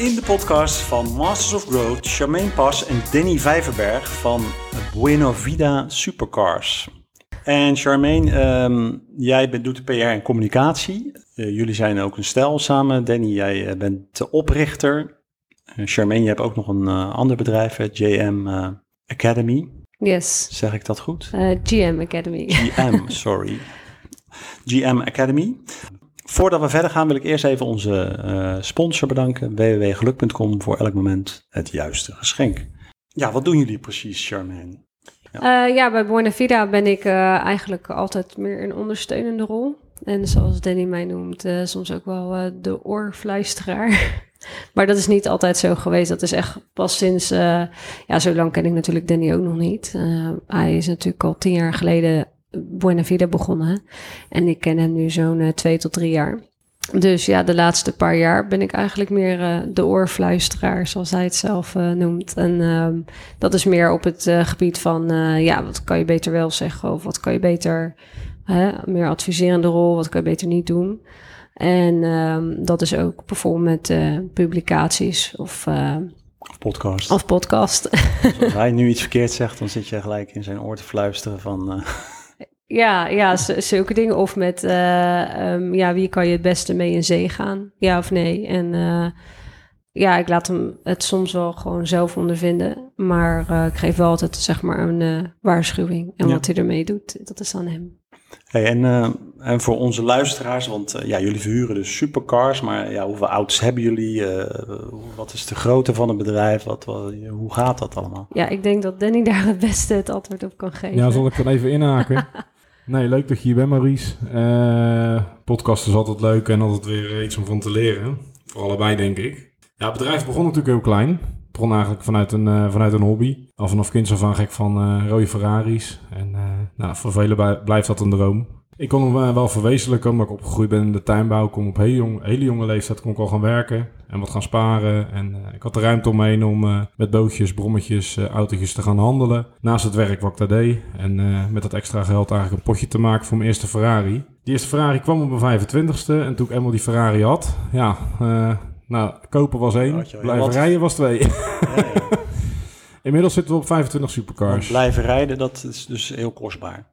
In de podcast van Masters of Growth, Charmaine Pas en Danny Vijverberg van Buena Vida Supercars. En Charmaine, jij doet de PR en communicatie. Jullie zijn ook een stel samen. Danny, jij bent de oprichter. Charmaine, je hebt ook nog een ander bedrijf, JM Academy. Yes. Zeg ik dat goed? GM Academy. GM Academy. Voordat we verder gaan wil ik eerst even onze sponsor bedanken. www.geluk.com voor elk moment het juiste geschenk. Ja, wat doen jullie precies, Charmaine? Bij Buena Vida ben ik eigenlijk altijd meer een ondersteunende rol. En zoals Danny mij noemt, soms ook wel de oorfluisteraar. Maar dat is niet altijd zo geweest. Dat is echt pas sinds... zo lang ken ik natuurlijk Danny ook nog niet. Hij is natuurlijk al 10 jaar geleden Buena Vida begonnen. En ik ken hem nu zo'n 2 tot 3 jaar. Dus ja, de laatste paar jaar ben ik eigenlijk meer de oorfluisteraar, zoals hij het zelf noemt. En dat is meer op het gebied van, wat kan je beter wel zeggen? Of wat kan je beter, meer adviserende rol, wat kan je beter niet doen? En dat is ook bijvoorbeeld met publicaties of podcast. Dus als hij nu iets verkeerd zegt, dan zit je gelijk in zijn oor te fluisteren van... Ja, zulke dingen. Of met wie kan je het beste mee in zee gaan? Ja of nee? En ik laat hem het soms wel gewoon zelf ondervinden. Maar ik geef wel altijd zeg maar een waarschuwing. En wat hij ermee doet, dat is aan hem. Hey, en voor onze luisteraars, want jullie verhuren dus supercars. Maar hoeveel auto's hebben jullie? Wat is de grootte van het bedrijf? Hoe gaat dat allemaal? Ja, ik denk dat Danny daar het beste het antwoord op kan geven. Ja, zal ik dan even inhaken? Nee, leuk dat je hier bent, Maurice. Podcast is altijd leuk en altijd weer iets om van te leren. Voor allebei, denk ik. Ja, het bedrijf begon natuurlijk heel klein. Het begon eigenlijk vanuit een hobby. Al vanaf kinds af aan gek van rode Ferraris. En voor velen blijft dat een droom. Ik kon hem wel verwezenlijken, omdat ik opgegroeid ben in de tuinbouw. Kom op hele jonge leeftijd kon ik al gaan werken en wat gaan sparen. En ik had de ruimte om me heen om met bootjes, brommetjes, autootjes te gaan handelen. Naast het werk wat ik daar deed. En met dat extra geld eigenlijk een potje te maken voor mijn eerste Ferrari. Die eerste Ferrari kwam op mijn 25e. En toen ik eenmaal die Ferrari had, kopen was 1, blijven rijden was 2. Ja. Inmiddels zitten we op 25 supercars. Want blijven rijden, dat is dus heel kostbaar.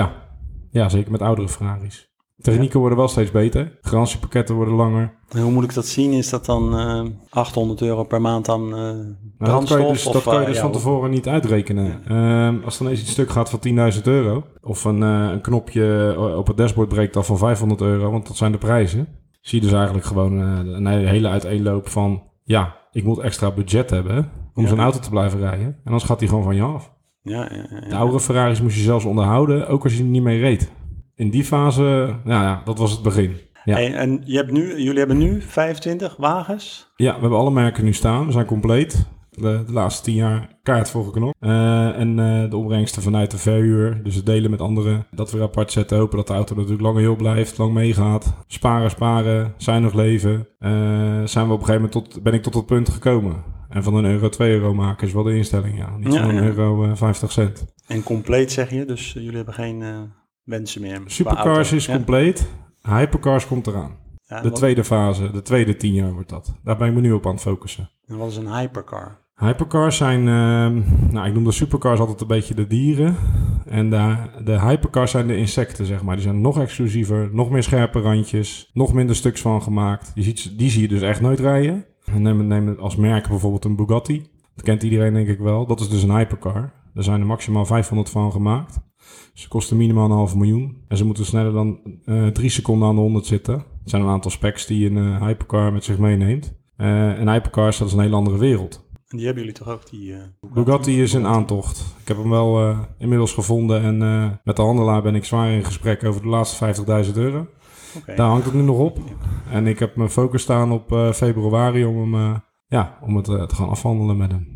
Ja, zeker met oudere Ferraris. Technieken worden wel steeds beter. Garantiepakketten worden langer. En hoe moet ik dat zien? Is dat dan €800 per maand aan brandstof? Dat kan je dus van tevoren niet uitrekenen. Ja. Als dan eens iets stuk gaat van €10.000... of een knopje op het dashboard breekt af van €500... want dat zijn de prijzen... zie je dus eigenlijk gewoon een hele uiteenloop van... ik moet extra budget hebben om zo'n auto te blijven rijden. En anders gaat die gewoon van je af. Ja. De oudere Ferraris moest je zelfs onderhouden, ook als je er niet mee reed. In die fase, dat was het begin. Ja. Hey, en jullie hebben nu 25 wagens? Ja, we hebben alle merken nu staan. We zijn compleet. De laatste 10 jaar kaart voor geknopt. En de opbrengsten vanuit de verhuur, dus het delen met anderen, dat we apart zetten. Hopen dat de auto natuurlijk langer heel blijft, lang meegaat. Sparen, zuinig leven. Zijn we op een gegeven moment ben ik tot dat punt gekomen. En van €1, €2 maken is wel de instelling, ja. Niet van €1,50. En compleet zeg je, dus jullie hebben geen wensen meer? Supercars is compleet. Hypercars komt eraan. Ja, de tweede fase, de tweede 10 jaar wordt dat. Daar ben ik me nu op aan het focussen. En wat is een hypercar? Hypercars zijn, ik noem de supercars altijd een beetje de dieren. En de hypercars zijn de insecten, zeg maar. Die zijn nog exclusiever, nog meer scherpe randjes, nog minder stuks van gemaakt. Die zie je dus echt nooit rijden. Neem als merk bijvoorbeeld een Bugatti. Dat kent iedereen denk ik wel. Dat is dus een hypercar. Er zijn er maximaal 500 van gemaakt. Ze kosten minimaal €500.000. En ze moeten sneller dan 3 seconden aan de 100 zitten. Het zijn een aantal specs die een hypercar met zich meeneemt. En hypercars, dat is een hele andere wereld. En die hebben jullie toch ook, die Bugatti is in aantocht. Ik heb hem wel inmiddels gevonden. En met de handelaar ben ik zwaar in gesprek over de laatste €50.000. Okay. Daar hangt het nu nog op. En ik heb mijn focus staan op februari om het te gaan afhandelen met hem.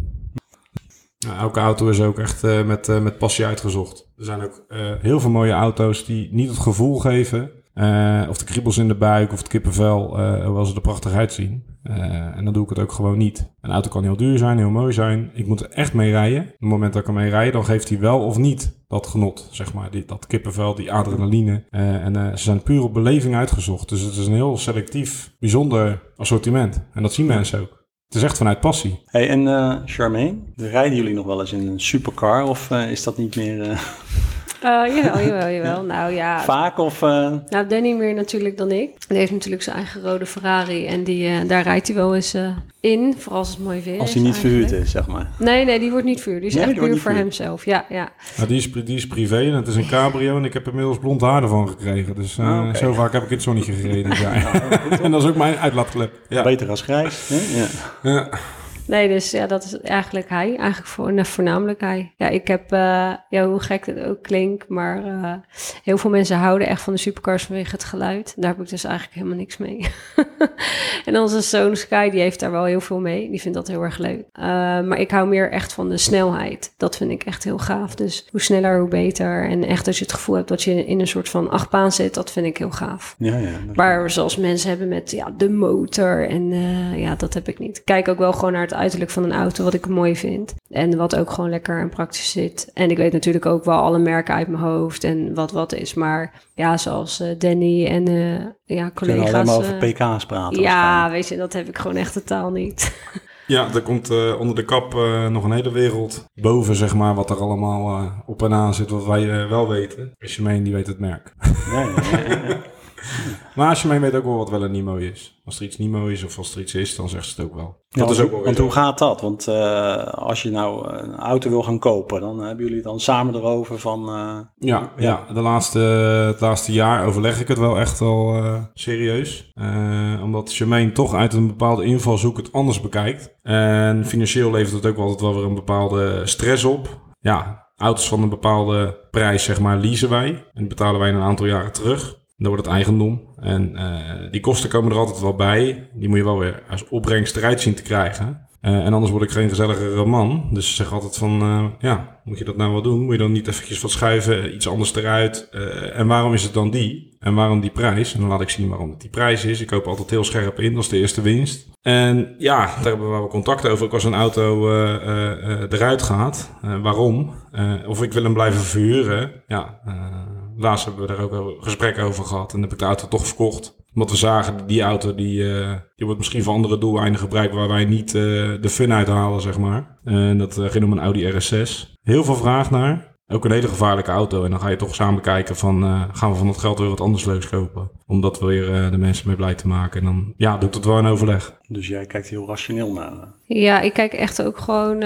Nou, elke auto is ook echt met passie uitgezocht. Er zijn ook heel veel mooie auto's die niet het gevoel geven... of de kriebels in de buik of het kippenvel, hoewel ze er prachtig uitzien. En dan doe ik het ook gewoon niet. Een auto kan heel duur zijn, heel mooi zijn. Ik moet er echt mee rijden. Op het moment dat ik ermee rijd, dan geeft hij wel of niet dat genot, zeg maar. Dat kippenvel, die adrenaline. Ze zijn puur op beleving uitgezocht. Dus het is een heel selectief, bijzonder assortiment. En dat zien mensen ook. Het is echt vanuit passie. Hey, en Charmaine, rijden jullie nog wel eens in een supercar of is dat niet meer Jawel. Nou ja. vaak? Of, Nou, Danny meer natuurlijk dan ik. Die heeft natuurlijk zijn eigen rode Ferrari en daar rijdt hij wel eens in, vooral als het mooi weer is. Als hij niet verhuurd is, zeg maar. Nee, die wordt niet verhuurd. Die is echt puur voor hemzelf. Ja. Nou, die is privé en het is een cabrio en ik heb inmiddels blond haar ervan gekregen. Dus zo vaak heb ik het zonnetje gereden. En dat is ook mijn uitlaatklep. Ja. Beter als grijs. Hè? Ja. Nee, dus ja, dat is eigenlijk hij. Eigenlijk voornamelijk hij. Ja, ik heb, hoe gek het ook klinkt, maar heel veel mensen houden echt van de supercars vanwege het geluid. Daar heb ik dus eigenlijk helemaal niks mee. En onze zoon Sky, die heeft daar wel heel veel mee. Die vindt dat heel erg leuk. Maar ik hou meer echt van de snelheid. Dat vind ik echt heel gaaf. Dus hoe sneller, hoe beter. En echt als je het gevoel hebt dat je in een soort van achtbaan zit, dat vind ik heel gaaf. Ja. Maar zoals mensen hebben met de motor en dat heb ik niet. Ik kijk ook wel gewoon naar het uiterlijk van een auto, wat ik mooi vind. En wat ook gewoon lekker en praktisch zit. En ik weet natuurlijk ook wel alle merken uit mijn hoofd en wat is. Maar ja, zoals Danny en collega's. Kunnen we alleen maar over pk's praten? Ja, weet je, dat heb ik gewoon echt totaal niet. Ja, er komt onder de kap nog een hele wereld boven, zeg maar, wat er allemaal op en aan zit, wat wij wel weten. Charmaine, die weet het merk. Ja. Maar Charmaine weet ook wel wat wel en niet mooi is. Als er iets niet mooi is of als er iets is, dan zegt ze het ook wel. Dat is ook wel want hoe gaat dat? Want als je nou een auto wil gaan kopen, dan hebben jullie dan samen erover van... Ja, het laatste jaar overleg ik het wel echt al serieus. Omdat Charmaine toch uit een bepaalde invalshoek het anders bekijkt. En financieel levert het ook altijd wel weer een bepaalde stress op. Ja, auto's van een bepaalde prijs, zeg maar, leasen wij. En die betalen wij in een aantal jaren terug. Dan wordt het eigendom. En die kosten komen er altijd wel bij. Die moet je wel weer als opbrengst eruit zien te krijgen. En anders word ik geen gezelligere man. Dus ze zeggen altijd van, moet je dat nou wel doen? Moet je dan niet eventjes wat schuiven, iets anders eruit? En waarom is het dan die? En waarom die prijs? En dan laat ik zien waarom het die prijs is. Ik koop altijd heel scherp in, dat is de eerste winst. En ja, daar hebben we wel contact over. Ook als een auto eruit gaat. Waarom? Of ik wil hem blijven verhuren. Ja, laatst hebben we daar ook een gesprek over gehad. En heb ik de auto toch verkocht. Omdat we zagen, die auto die wordt misschien voor andere doeleinden gebruikt waar wij niet de fun uithalen, zeg maar. En dat ging om een Audi RS6. Heel veel vraag naar. Ook een hele gevaarlijke auto. En dan ga je toch samen kijken van, gaan we van dat geld weer wat anders leuks kopen? Om dat weer de mensen mee blij te maken. En dan doet het wel in overleg. Dus jij kijkt heel rationeel naar. Ja, ik kijk echt ook gewoon...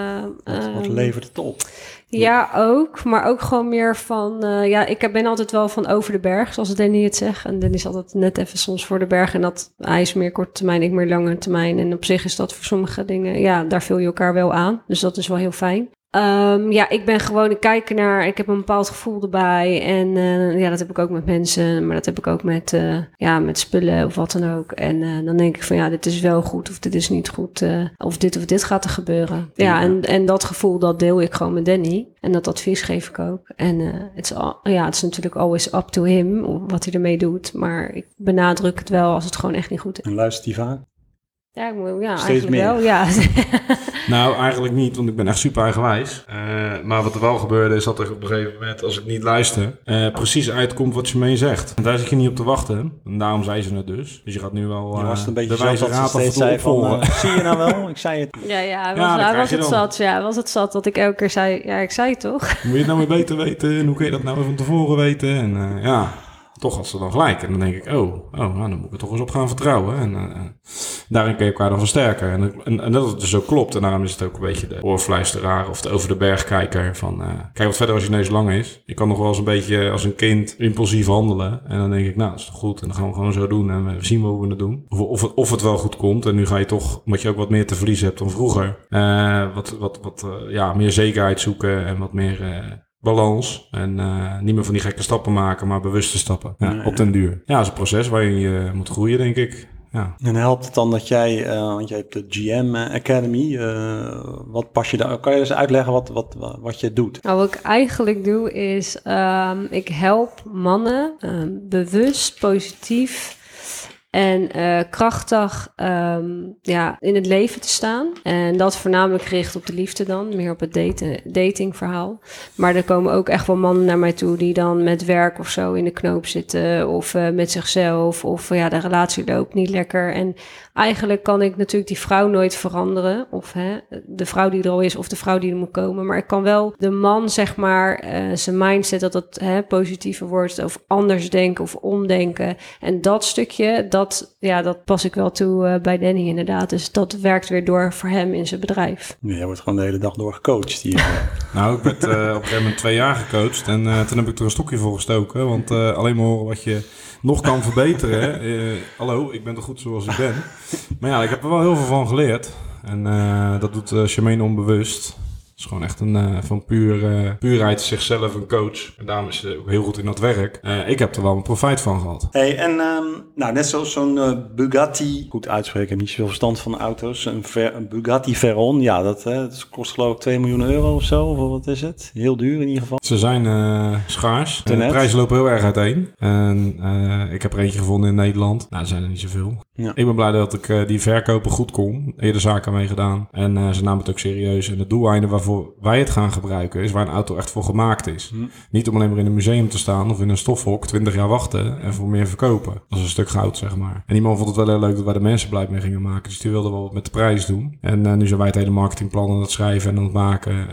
wat levert het op? Ja, ook. Maar ook gewoon meer van... ik ben altijd wel van over de berg, zoals Danny het zegt. En Danny is altijd net even soms voor de berg. En hij is meer korte termijn, ik meer lange termijn. En op zich is dat voor sommige dingen... daar vul je elkaar wel aan. Dus dat is wel heel fijn. Ik ben gewoon, ik kijk naar, ik heb een bepaald gevoel erbij en dat heb ik ook met mensen, maar dat heb ik ook met spullen of wat dan ook. En dan denk ik van dit is wel goed of dit is niet goed of dit gaat er gebeuren. Ja, en dat gevoel dat deel ik gewoon met Danny en dat advies geef ik ook. En het is natuurlijk always up to him wat hij ermee doet, maar ik benadruk het wel als het gewoon echt niet goed is. En luistert hij vaak? Ja, steeds eigenlijk meer. wel, ja. Nou, eigenlijk niet, want ik ben echt super eigenwijs. Maar wat er wel gebeurde is dat er op een gegeven moment, als ik niet luister, precies uitkomt wat Charmaine zegt. En daar zit je niet op te wachten. En daarom zei ze het dus. Dus je gaat nu wel je was het een beetje de wijze raad af en toe opvolgen. Zie je nou wel? Ik zei het. Hij was het zat dat ik elke keer zei, ik zei het toch? Moet je het nou weer beter weten? En hoe kun je dat nou van tevoren weten? En toch had ze dan gelijk. En dan denk ik, dan moet ik er toch eens op gaan vertrouwen. En daarin kun je elkaar dan versterken. En dat het dus ook klopt. En daarom is het ook een beetje de oorfluisteraar of de over de bergkijker. Van, kijk wat verder als je neus lang is. Je kan nog wel eens een beetje als een kind impulsief handelen. En dan denk ik, dat is toch goed. En dan gaan we gewoon zo doen. En we zien wel hoe we het doen. Of het wel goed komt. En nu ga je toch, omdat je ook wat meer te verliezen hebt dan vroeger. Meer zekerheid zoeken. En wat meer... balans en niet meer van die gekke stappen maken, maar bewuste stappen. Op den duur. Ja, dat is een proces waarin je moet groeien, denk ik. Ja. En helpt het dan dat jij, want jij hebt de GM Academy, wat pas je daar? Kan je eens uitleggen wat je doet? Nou, wat ik eigenlijk doe is, ik help mannen bewust, positief En krachtig in het leven te staan. En dat voornamelijk gericht op de liefde dan. Meer op het datingverhaal. Maar er komen ook echt wel mannen naar mij toe die dan met werk of zo in de knoop zitten. Of met zichzelf. Of de relatie loopt niet lekker. En eigenlijk kan ik natuurlijk die vrouw nooit veranderen. Of de vrouw die er al is of de vrouw die er moet komen. Maar ik kan wel de man, zeg maar, zijn mindset dat het positiever wordt. Of anders denken of omdenken. En dat stukje, dat pas ik wel toe bij Danny inderdaad. Dus dat werkt weer door voor hem in zijn bedrijf. Ja, jij wordt gewoon de hele dag door gecoacht hier. Nou, ik werd op een gegeven moment 2 jaar gecoacht. En toen heb ik er een stokje voor gestoken. Want alleen maar horen wat je nog kan verbeteren. Hallo, ik ben er goed zoals ik ben. Maar ja, ik heb er wel heel veel van geleerd. En dat doet Charmaine onbewust. Het is gewoon echt van puurheid zichzelf een coach. En daarom is ze ook heel goed in dat werk. Ik heb er wel een profijt van gehad. Hey, en net zoals zo'n Bugatti, goed uitspreken, ik heb niet zoveel verstand van auto's. Een Bugatti Veyron, ja, dat kost geloof ik 2 miljoen euro of zo. Of wat is het? Heel duur in ieder geval. Ze zijn schaars. De prijzen lopen heel erg uiteen. En ik heb er eentje gevonden in Nederland. Nou, er zijn er niet zoveel. Ja. Ik ben blij dat ik die verkopen goed kon. Eerder zaken mee gedaan. En ze namen het ook serieus. En het doeleinde waarvoor wij het gaan gebruiken is waar een auto echt voor gemaakt is. Niet om alleen maar in een museum te staan of in een stofhok 20 jaar wachten en voor meer verkopen. Dat is een stuk goud, zeg maar. En die man vond het wel heel leuk dat wij de mensen blij mee gingen maken. Dus die wilde wel wat met de prijs doen. En nu zijn wij het hele marketingplan aan het schrijven en aan het maken.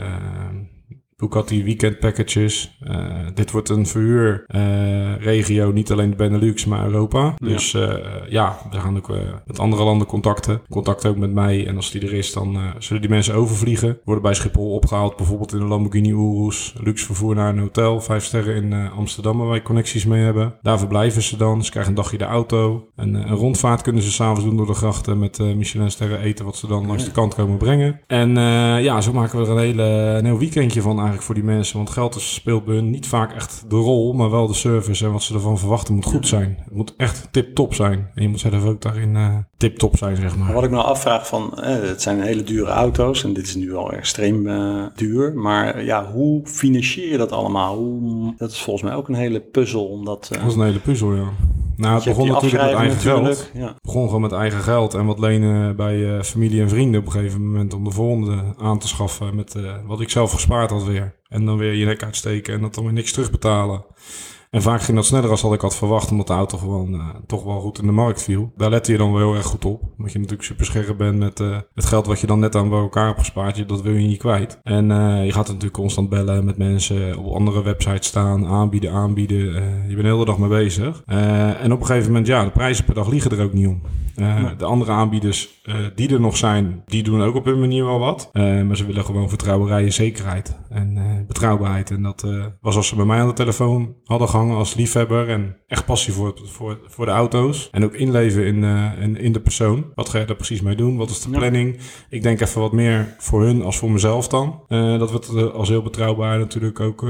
Bugatti weekend packages. Dit wordt een verhuurregio, niet alleen de Benelux, maar Europa. Ja. Dus we gaan ook met andere landen Contact ook met mij. En als die er is, dan zullen die mensen overvliegen. Worden bij Schiphol opgehaald, bijvoorbeeld in een Lamborghini Urus. Luxe vervoer naar een hotel, 5 sterren in Amsterdam, waar wij connecties mee hebben. Daar verblijven ze dan. Ze krijgen een dagje de auto. Een rondvaart kunnen ze s'avonds doen door de grachten met Michelin-sterren eten, wat ze dan langs de kant komen brengen. En zo maken we er een heel weekendje van voor die mensen, want geld speelt bij hun niet vaak echt de rol, maar wel de service en wat ze ervan verwachten moet goed zijn. Het moet echt tip-top zijn. En je moet zelf ook daarin tip-top zijn, zeg maar. Wat ik me nou afvraag het zijn hele dure auto's en dit is nu al extreem duur, maar hoe financier je dat allemaal? Dat is volgens mij ook een hele puzzel. Omdat, dat is een hele puzzel, ja. Nou, het begon natuurlijk met eigen geld. Ja. Het begon gewoon met eigen geld en wat lenen bij familie en vrienden op een gegeven moment om de volgende aan te schaffen met wat ik zelf gespaard had weer. En dan weer je nek uitsteken en dat dan weer niks terugbetalen. En vaak ging dat sneller dan ik had verwacht, omdat de auto gewoon toch wel goed in de markt viel. Daar lette je dan wel heel erg goed op. Omdat je natuurlijk super scherp bent met het geld wat je dan net aan bij elkaar hebt gespaard. Dat wil je niet kwijt. En je gaat natuurlijk constant bellen met mensen, op andere websites staan, aanbieden. Je bent de hele dag mee bezig. En op een gegeven moment, de prijzen per dag liegen er ook niet om. De andere aanbieders die er nog zijn, die doen ook op hun manier wel wat. Maar ze willen gewoon vertrouwerij en zekerheid en betrouwbaarheid. En dat was als ze bij mij aan de telefoon hadden gehangen als liefhebber en echt passie voor de auto's. En ook inleven in de persoon. Wat ga je daar precies mee doen? Wat is de planning? Ik denk even wat meer voor hun als voor mezelf dan. Dat wordt als heel betrouwbaar natuurlijk ook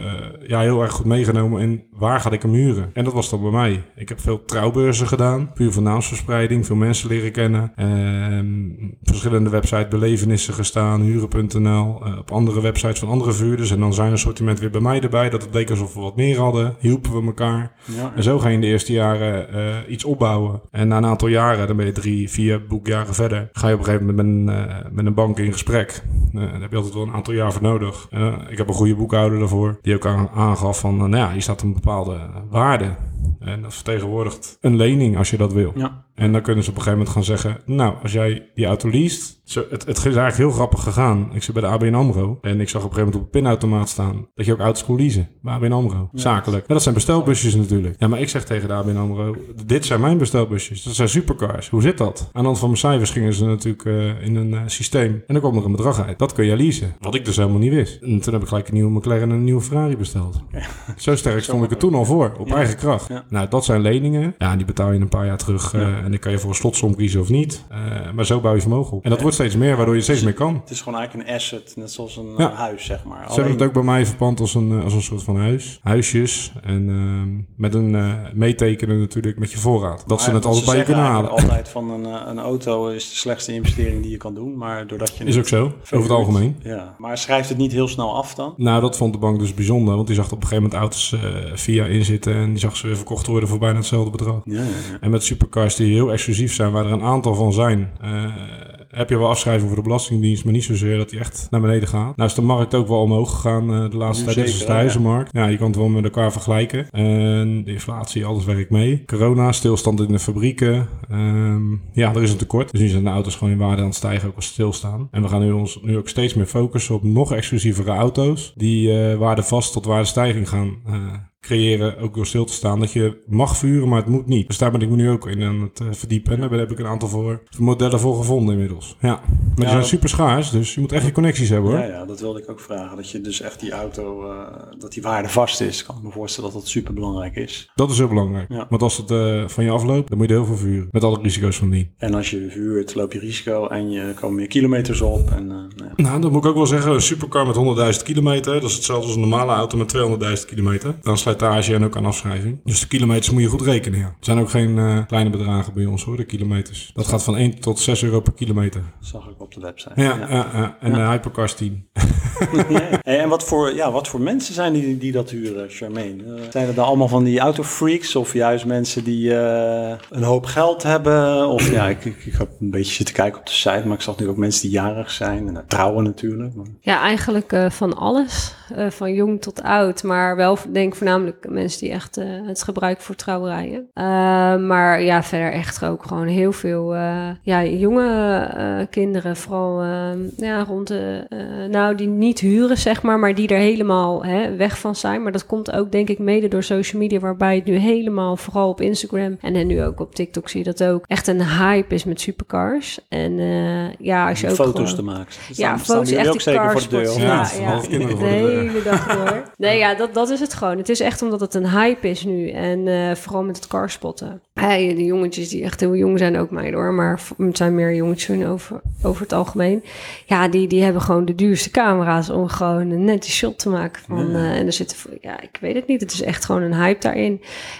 heel erg goed meegenomen in waar ga ik hem huren. En dat was dan bij mij. Ik heb veel trouwbeurzen gedaan, puur voor naamsverspreiding, veel mensen leren kennen. Verschillende websites, belevenissen gestaan, huren.nl, op andere websites van andere verhuurders. En dan zijn een assortiment weer bij mij erbij, dat het leek alsof we wat meer hadden. Hielpen we elkaar. Ja. En zo ga je in de eerste jaren iets opbouwen. En na een aantal jaren, dan ben je 3, 4 boekjaren verder, ga je op een gegeven moment met een bank in gesprek. Daar heb je altijd wel een aantal jaar voor nodig. Ik heb een goede boekhouder daarvoor, die ook aangaf van, hier staat een bepaalde waarde. En dat vertegenwoordigt een lening als je dat wil. Ja. En dan kunnen ze op een gegeven moment gaan zeggen, nou, als jij die auto leest. Het is eigenlijk heel grappig gegaan. Ik zit bij de ABN AMRO en ik zag op een gegeven moment op een pinautomaat staan dat je ook auto's kon leasen bij ABN AMRO. Ja. Zakelijk. Ja, dat zijn bestelbusjes natuurlijk. Ja, maar ik zeg tegen de ABN AMRO, dit zijn mijn bestelbusjes. Dat zijn supercars. Hoe zit dat? Aan de hand van mijn cijfers gingen ze natuurlijk in een systeem en dan kwam er een bedrag uit. Dat kun je leasen. Wat ik dus helemaal niet wist. En toen heb ik gelijk een nieuwe McLaren en een nieuwe Ferrari besteld. Ja. Zo sterk stond ik er toen al voor, op eigen kracht. Ja. Nou, dat zijn leningen. Ja, die betaal je in een paar jaar terug En dan kan je voor een slotsom kiezen of niet. Maar zo bouw je vermogen op. En dat wordt steeds meer, waardoor je steeds meer kan. Het is gewoon eigenlijk een asset, net zoals een huis, zeg maar. Ze hebben het ook bij mij verpand als een soort van huisjes. En met een meetekenen natuurlijk met je voorraad. Dat ze het altijd bij je kunnen halen. Altijd van een auto is de slechtste investering die je kan doen. Maar doordat je... Is ook zo, over het algemeen. Ja. Maar schrijft het niet heel snel af dan? Nou, dat vond de bank dus bijzonder. Want die zag er op een gegeven moment auto's via inzitten. En die zag ze weer verkocht worden voor bijna hetzelfde bedrag. Ja. En met supercars die heel exclusief zijn, waar er een aantal van zijn... heb je wel afschrijving voor de Belastingdienst, maar niet zozeer dat die echt naar beneden gaat. Nou is de markt ook wel omhoog gegaan de laatste tijd. Dit is de huizenmarkt. Ja, je kan het wel met elkaar vergelijken. En de inflatie, alles werkt mee. Corona, stilstand in de fabrieken. Er is een tekort. Dus nu zijn de auto's gewoon in waarde aan het stijgen, ook als stilstaan. En we gaan ons nu ook steeds meer focussen op nog exclusievere auto's. Die waardevast tot waardestijging gaan creëren, ook door stil te staan, dat je mag vuren, maar het moet niet. Dus daar ben ik me nu ook in aan het verdiepen. En daar heb ik een aantal modellen voor gevonden inmiddels. Ja, maar die zijn super schaars, dus je moet echt je connecties hebben, hoor. Ja, dat wilde ik ook vragen. Dat je dus echt die auto, dat die waarde vast is. Ik kan me voorstellen dat dat super belangrijk is. Dat is heel belangrijk. Ja. Want als het van je afloopt, dan moet je er heel veel vuren. Met alle risico's van dien. En als je vuurt, loop je risico en je komen meer kilometers op. Nou, dat moet ik ook wel zeggen. Een supercar met 100.000 kilometer, dat is hetzelfde als een normale auto met 200.000 kilometer. Dan slijtage en ook aan afschrijving. Dus de kilometers moet je goed rekenen, ja. Er zijn ook geen kleine bedragen bij ons, hoor, de kilometers. Dat gaat van 1 tot 6 euro per kilometer. Dat zag ik op de website. Ja. En de hypercars 10. En wat voor mensen zijn die dat huren, Charmaine? Zijn er dan allemaal van die autofreaks of juist mensen die een hoop geld hebben? Of ik heb een beetje zitten kijken op de site, maar ik zag nu ook mensen die jarig zijn en trouwen natuurlijk. Ja, eigenlijk van alles. Van jong tot oud, maar wel denk ik voornamelijk mensen die echt het gebruiken voor trouwerijen. Maar ja, verder echt ook gewoon heel veel jonge kinderen, vooral rond de, die niet huren, zeg maar die er helemaal weg van zijn. Maar dat komt ook, denk ik, mede door social media, waarbij het nu helemaal, vooral op Instagram en nu ook op TikTok zie je dat ook, echt een hype is met supercars. En als je ook foto's gewoon te maken. Foto's echt ook zeker voor de deur. De hele dag door. Nee, dat is het gewoon. Het is echt omdat het een hype is nu. En vooral met het carspotten. De jongetjes die echt heel jong zijn, ook mij hoor. Maar het zijn meer jongetjes over het algemeen. Ja, die hebben gewoon de duurste camera's om gewoon een nette shot te maken. En er zitten, ik weet het niet. Het is echt gewoon een hype daarin.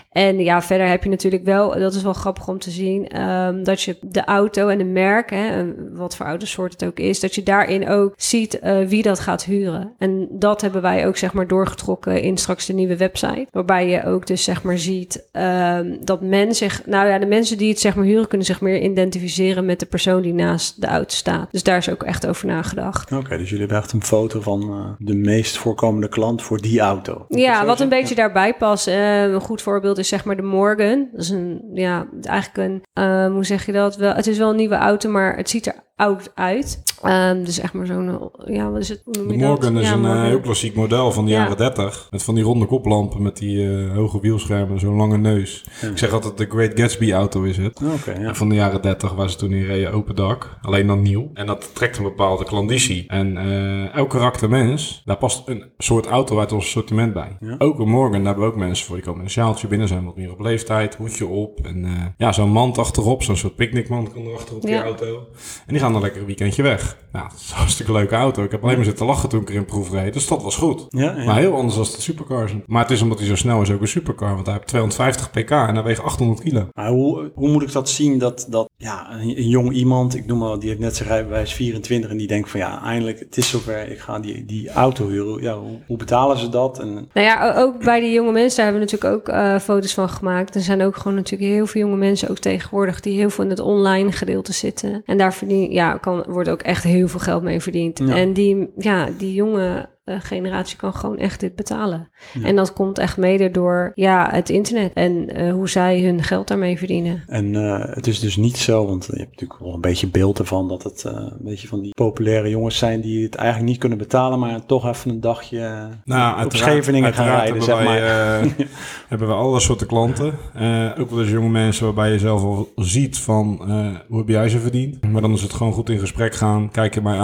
En verder heb je natuurlijk wel, dat is wel grappig om te zien, dat je de auto en de merk, wat voor autosoort het ook is, dat je daarin ook ziet wie dat gaat huren. En dat hebben wij ook, zeg maar, doorgetrokken in straks de nieuwe website. Waarbij je ook dus, zeg maar, ziet dat men zich, de mensen die het, zeg maar, huren, kunnen zich meer identificeren met de persoon die naast de auto staat. Dus daar is ook echt over nagedacht. Oké, dus jullie hebben echt een foto van de meest voorkomende klant voor die auto. Ja, wat een beetje daarbij past. Een goed voorbeeld is, zeg maar, de Morgan. Dat is eigenlijk een, hoe zeg je dat? Wel, het is wel een nieuwe auto, maar het ziet er oud uit. Dus echt maar zo'n, wat is het? De Morgan is een heel klassiek model van de jaren 30. Met van die ronde koplampen met die hoge wielschermen, zo'n lange neus. Ja. Ik zeg altijd, de Great Gatsby auto is het. Van de jaren 30 waar ze toen in reden, open dak. Alleen dan nieuw. En dat trekt een bepaalde klanditie. En elk karakter mens, daar past een soort auto uit ons assortiment bij. Ja. Ook een Morgan, daar hebben we ook mensen voor. Die komen met een sjaaltje binnen, zijn wat meer op leeftijd, hoedje op. En zo'n mand achterop, zo'n soort picknickmand kan erachter op die auto. En die gaan dan lekker een weekendje weg. Nou, dat is een hartstikke leuke auto. Ik heb alleen maar zitten lachen toen ik erin proef reed. Dus dat was goed. Ja. Maar heel anders dan de supercars. Maar het is omdat hij zo snel is ook een supercar. Want hij heeft 250 pk en hij weegt 800 kilo. Maar hoe moet ik dat zien dat een jong iemand, ik noem maar, die heeft net zijn rijbewijs 24 en die denkt van eindelijk, het is zover, ik ga die auto huren. Ja, hoe betalen ze dat? En... ook bij die jonge mensen, daar hebben we natuurlijk ook foto's van gemaakt. Er zijn ook gewoon natuurlijk heel veel jonge mensen ook tegenwoordig die heel veel in het online gedeelte zitten. En daar wordt ook echt heel veel geld mee verdiend. Ja. En die jonge generatie kan gewoon echt dit betalen. Ja. En dat komt echt mede door het internet en hoe zij hun geld daarmee verdienen. En het is dus niet zo, want je hebt natuurlijk wel een beetje beeld ervan dat het een beetje van die populaire jongens zijn die het eigenlijk niet kunnen betalen, maar toch even een dagje op Scheveningen gaan rijden, zeg maar. Hebben we alle soorten klanten. Ook wel eens jonge mensen waarbij je zelf al ziet van hoe heb jij ze verdiend. Maar dan is het gewoon goed in gesprek gaan. Kijk je mij aan.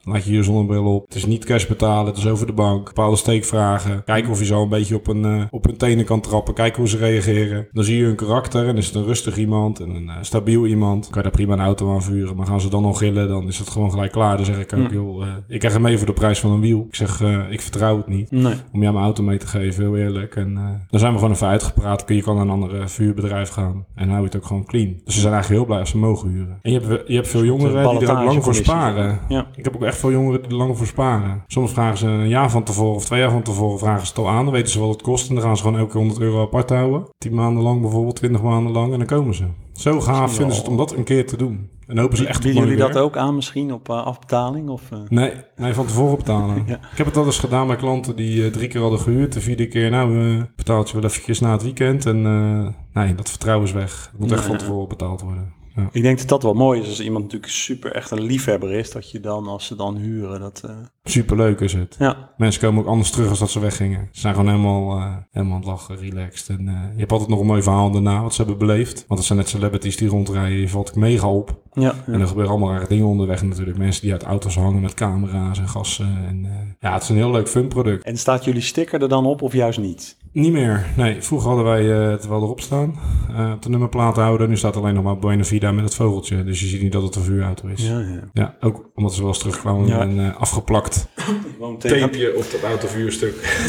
Laat je zonnebril op. Het is niet cash betalen, het is over de bank. Bepaalde steekvragen. Kijken of je zo een beetje op hun tenen kan trappen. Kijken hoe ze reageren. Dan zie je hun karakter en is het een rustig iemand en een stabiel iemand. Kan je daar prima een auto aan vuren. Maar gaan ze dan nog gillen, dan is het gewoon gelijk klaar. Dan zeg ik ook, joh, ik krijg hem mee voor de prijs van een wiel. Ik zeg, ik vertrouw het niet. Nee. Om jou mijn auto mee te geven, heel eerlijk. En dan zijn we gewoon even uitgepraat. Je kan naar een ander vuurbedrijf gaan. En hou je het ook gewoon clean. Dus ze zijn eigenlijk heel blij als ze mogen huren. En je hebt veel jongeren die er ook lang voor sparen. Ja. Ik heb ook echt veel jongeren die er lang voor sparen. Soms vragen ze een jaar van tevoren of 2 jaar van tevoren vragen ze het al aan. Dan weten ze wat het kost. En dan gaan ze gewoon elke keer €100 apart houden. 10 maanden lang bijvoorbeeld, 20 maanden lang. En dan komen ze. Zo gaaf vinden ze het om dat een keer te doen. En hopen ze echt bieden jullie dat ook aan misschien op afbetaling? Of, Nee, van tevoren betalen. Ja. Ik heb het al eens gedaan bij klanten die 3 keer hadden gehuurd. De 4e keer, betaalt je wel eventjes na het weekend. En nee, dat vertrouwen is weg. Het moet echt van tevoren betaald worden. Ja. Ik denk dat dat wel mooi is als iemand natuurlijk super echt een liefhebber is. Dat je dan, als ze dan huren, dat... Superleuk is het. Ja. Mensen komen ook anders terug als dat ze weggingen. Ze zijn gewoon helemaal aan het lachen, relaxed. En je hebt altijd nog een mooi verhaal daarna wat ze hebben beleefd. Want het zijn net celebrities die rondrijden. Je valt mega op. Ja. En er gebeuren allemaal rare dingen onderweg natuurlijk. Mensen die uit auto's hangen met camera's en gassen. En, het is een heel leuk funproduct. En staat jullie sticker er dan op of juist niet? Niet meer. Nee, vroeger hadden wij het wel erop staan. Op de nummerplaathouder. Nu staat alleen nog maar Buena Vida met het vogeltje. Dus je ziet niet dat het een vuurauto is. Ja, ook omdat ze wel eens terugkwamen met een afgeplakt tapeje op dat autovuurstuk.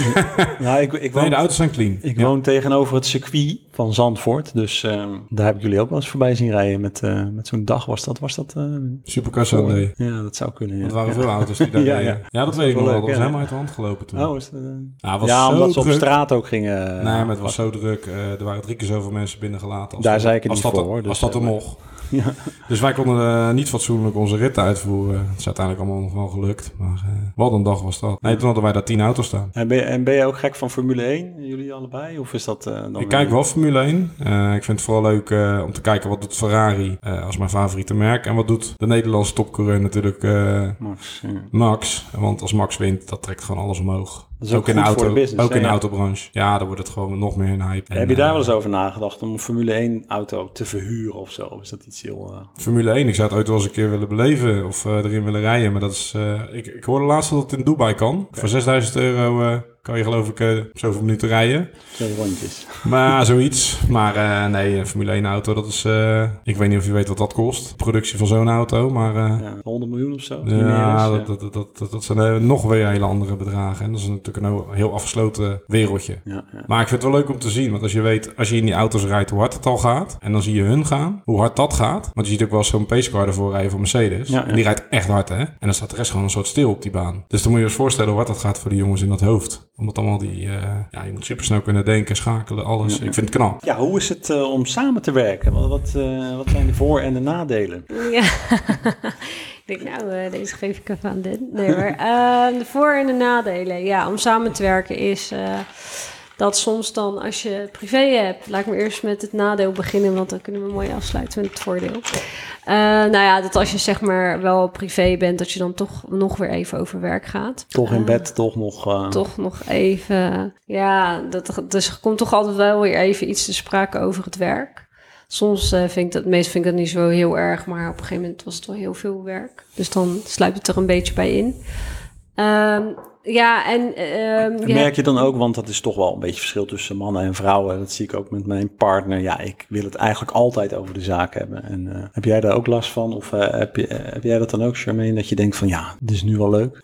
Nee, de auto's zijn clean. Ik woon tegenover het circuit van Zandvoort. Dus daar heb ik jullie ook wel eens voorbij zien rijden met zo'n dag. Was dat Supercar Sunday. Ja, dat zou kunnen. Ja. Het waren veel auto's die daar reden. Ja, dat weet ik nog wel. Dat was helemaal uit de hand gelopen toen. Oh, is dat, omdat ze op straat ook gingen... Nee, maar het was zo druk. Er waren 3 keer zoveel mensen binnengelaten. Daar zei ik het niet voor. Als dat er mocht. Ja. Dus wij konden niet fatsoenlijk onze rit uitvoeren. Het is uiteindelijk allemaal nog wel gelukt. Maar wat een dag was dat. Nee, toen hadden wij daar 10 auto's staan. En ben je ook gek van Formule 1? Jullie allebei? Of is dat dan... Ik kijk wel Formule 1. Ik vind het vooral leuk om te kijken wat doet Ferrari als mijn favoriete merk. En wat doet de Nederlandse topcoureur natuurlijk Max. Ja. Max. Want als Max wint, dat trekt gewoon alles omhoog. Dat is ook in de auto, voor de business. Ook in de autobranche. Ja, dan wordt het gewoon nog meer een hype. Heb je daar wel eens over nagedacht om een Formule 1 auto te verhuren of zo? Of is dat iets heel... Formule 1, ik zou het ooit wel eens een keer willen beleven of erin willen rijden. Maar dat is... Ik hoorde laatst dat het in Dubai kan. Okay. Voor €6.000 kan je geloof ik zoveel minuten rijden. 2 rondjes. Maar zoiets. Maar nee, een Formule 1 auto, dat is... ik weet niet of je weet wat dat kost. De productie van zo'n auto, maar... 100 miljoen of zo? Ja, dat zijn nog weer hele andere bedragen. En dat is natuurlijk een heel afgesloten wereldje. Ja. Maar ik vind het wel leuk om te zien. Want als je weet, als je in die auto's rijdt, hoe hard het al gaat. En dan zie je hun gaan, hoe hard dat gaat. Want je ziet ook wel zo'n pacecar ervoor rijden van Mercedes. Ja. En die rijdt echt hard, hè. En dan staat de rest gewoon een soort stil op die baan. Dus dan moet je je eens voorstellen hoe hard dat gaat voor die jongens in dat hoofd. Omdat allemaal die... je moet supersnel kunnen denken, schakelen, alles. Ja. Ik vind het knap. Ja, hoe is het om samen te werken? Wat zijn de voor- en de nadelen? Ja, ik denk deze geef ik even aan Den. Nee hoor. De voor- en de nadelen. Ja, om samen te werken is... dat soms dan, als je privé hebt... Laat ik me eerst met het nadeel beginnen... want dan kunnen we mooi afsluiten met het voordeel. Dat als je zeg maar wel privé bent... dat je dan toch nog weer even over werk gaat. Toch in bed, toch nog... Toch nog even... Ja, dus er komt toch altijd wel weer even iets te sprake over het werk. Soms vind ik dat niet zo heel erg... maar op een gegeven moment was het wel heel veel werk. Dus dan sluit het er een beetje bij in. Merk je dan ook, want dat is toch wel een beetje verschil tussen mannen en vrouwen. Dat zie ik ook met mijn partner. Ja, ik wil het eigenlijk altijd over de zaak hebben. En heb jij daar ook last van? Of heb jij dat dan ook, Charmaine? Dat je denkt van ja, dit is nu wel leuk?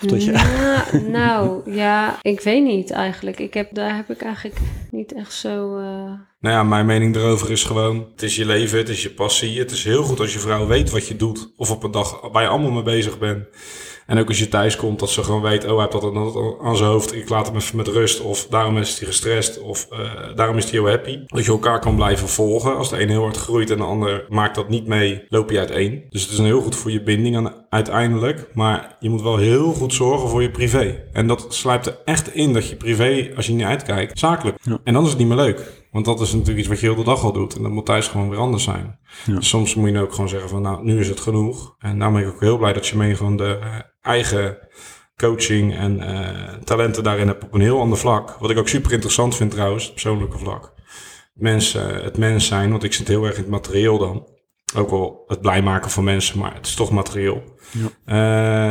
Ik weet niet eigenlijk. Daar heb ik eigenlijk niet echt zo... Nou ja, mijn mening erover is gewoon... Het is je leven, het is je passie. Het is heel goed als je vrouw weet wat je doet. Of op een dag waar je allemaal mee bezig bent. En ook als je thuis komt, dat ze gewoon weet... hij heeft dat aan zijn hoofd. Ik laat hem even met rust. Of daarom is hij gestrest. Of daarom is hij heel happy. Dat je elkaar kan blijven volgen. Als de een heel hard groeit en de ander maakt dat niet mee... loop je uiteen. Dus het is heel goed voor je binding uiteindelijk. Maar je moet wel heel goed zorgen voor je privé. En dat sluipt er echt in dat je privé, als je niet uitkijkt, zakelijk. Ja. En dan is het niet meer leuk. Want dat is natuurlijk iets wat je heel de dag al doet. En dat moet thuis gewoon weer anders zijn. Ja. Dus soms moet je ook gewoon zeggen van nou, nu is het genoeg. En daarom ben ik ook heel blij dat Charmaine gewoon de eigen coaching en talenten daarin hebt op een heel ander vlak. Wat ik ook super interessant vind trouwens, het persoonlijke vlak. Het mens zijn, want ik zit heel erg in het materieel dan. Ook wel het blij maken van mensen, maar het is toch materieel. Ja.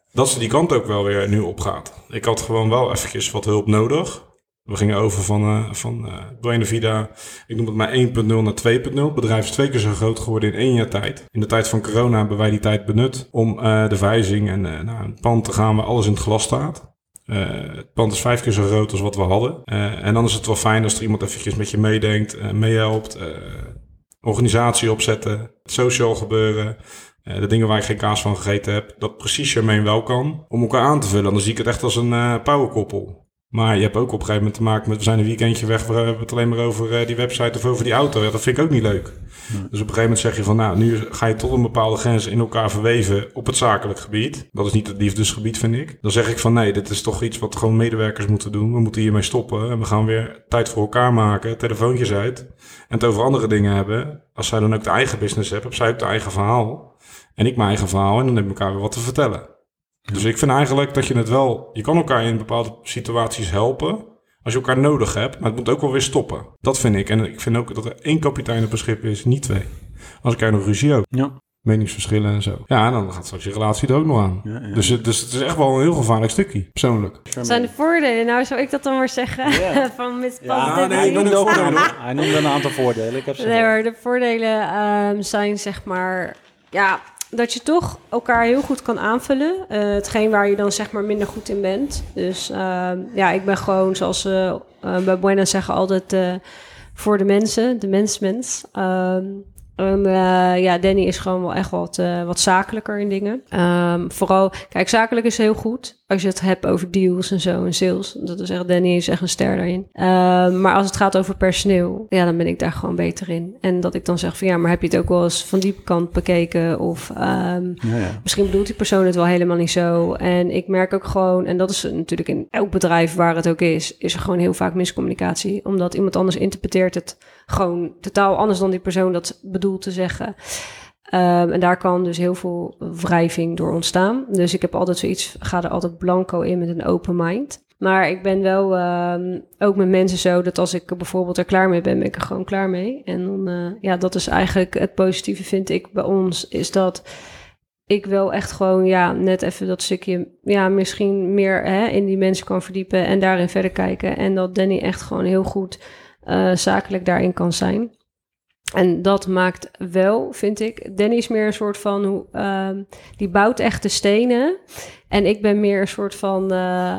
dat ze die kant ook wel weer nu opgaat. Ik had gewoon wel eventjes wat hulp nodig. We gingen over van Buena Vida, ik noem het maar 1.0 naar 2.0. Het bedrijf is 2 keer zo groot geworden in 1 jaar tijd. In de tijd van corona hebben wij die tijd benut om de verhuizing en naar een pand te gaan waar alles in het glas staat. Het pand is 5 keer zo groot als wat we hadden. En dan is het wel fijn als er iemand eventjes met je meedenkt, meehelpt. Organisatie opzetten, social gebeuren. De dingen waar ik geen kaas van gegeten heb. Dat precies Charmaine wel kan. Om elkaar aan te vullen. Dan zie ik het echt als een powerkoppel. Maar je hebt ook op een gegeven moment te maken met... We zijn een weekendje weg, we hebben het alleen maar over die website of over die auto. Ja, dat vind ik ook niet leuk. Dus op een gegeven moment zeg je van... Nou, nu ga je tot een bepaalde grens in elkaar verweven op het zakelijk gebied. Dat is niet het liefdesgebied, vind ik. Dan zeg ik van nee, dit is toch iets wat gewoon medewerkers moeten doen. We moeten hiermee stoppen. En we gaan weer tijd voor elkaar maken, telefoontjes uit. En het over andere dingen hebben. Als zij dan ook de eigen business hebben, heb zij ook de eigen verhaal. En ik mijn eigen verhaal. En dan hebben we elkaar weer wat te vertellen. Dus ik vind eigenlijk dat je het wel... Je kan elkaar in bepaalde situaties helpen als je elkaar nodig hebt. Maar het moet ook wel weer stoppen. Dat vind ik. En ik vind ook dat er 1 kapitein op een schip is, niet 2. Als ik nog ruzie ook. Ja. Meningsverschillen en zo. Ja, en dan gaat straks je relatie er ook nog aan. Ja. Dus het is echt wel een heel gevaarlijk stukje, persoonlijk. Zijn de voordelen? Nou, zou ik dat dan maar zeggen? Ja. Van met Hij noemde een aantal voordelen. Ik heb ze de voordelen zijn zeg maar... Ja, dat je toch elkaar heel goed kan aanvullen. Hetgeen waar je dan zeg maar minder goed in bent. Dus ik ben gewoon, zoals ze bij Buena zeggen, altijd voor de mensen. De mens. Danny is gewoon wel echt wat zakelijker in dingen. Vooral, kijk, zakelijk is heel goed. Als je het hebt over deals en zo en sales. Dat is echt, Danny is echt een ster daarin. Maar als het gaat over personeel, ja, dan ben ik daar gewoon beter in. En dat ik dan zeg van ja, maar heb je het ook wel eens van die kant bekeken? Of misschien bedoelt die persoon het wel helemaal niet zo. En ik merk ook gewoon, en dat is natuurlijk in elk bedrijf waar het ook is er gewoon heel vaak miscommunicatie. Omdat iemand anders interpreteert het gewoon totaal anders dan die persoon dat bedoelt te zeggen. En daar kan dus heel veel wrijving door ontstaan. Dus ik heb altijd zoiets, ga er altijd blanco in met een open mind. Maar ik ben wel ook met mensen zo dat als ik bijvoorbeeld er klaar mee ben, ben ik er gewoon klaar mee. En dan, dat is eigenlijk het positieve, vind ik, bij ons, is dat ik wel echt gewoon, net even dat stukje, misschien meer in die mensen kan verdiepen en daarin verder kijken. En dat Danny echt gewoon heel goed zakelijk daarin kan zijn. En dat maakt wel, vind ik... Danny is meer een soort van... die bouwt echt de stenen. En ik ben meer een soort van...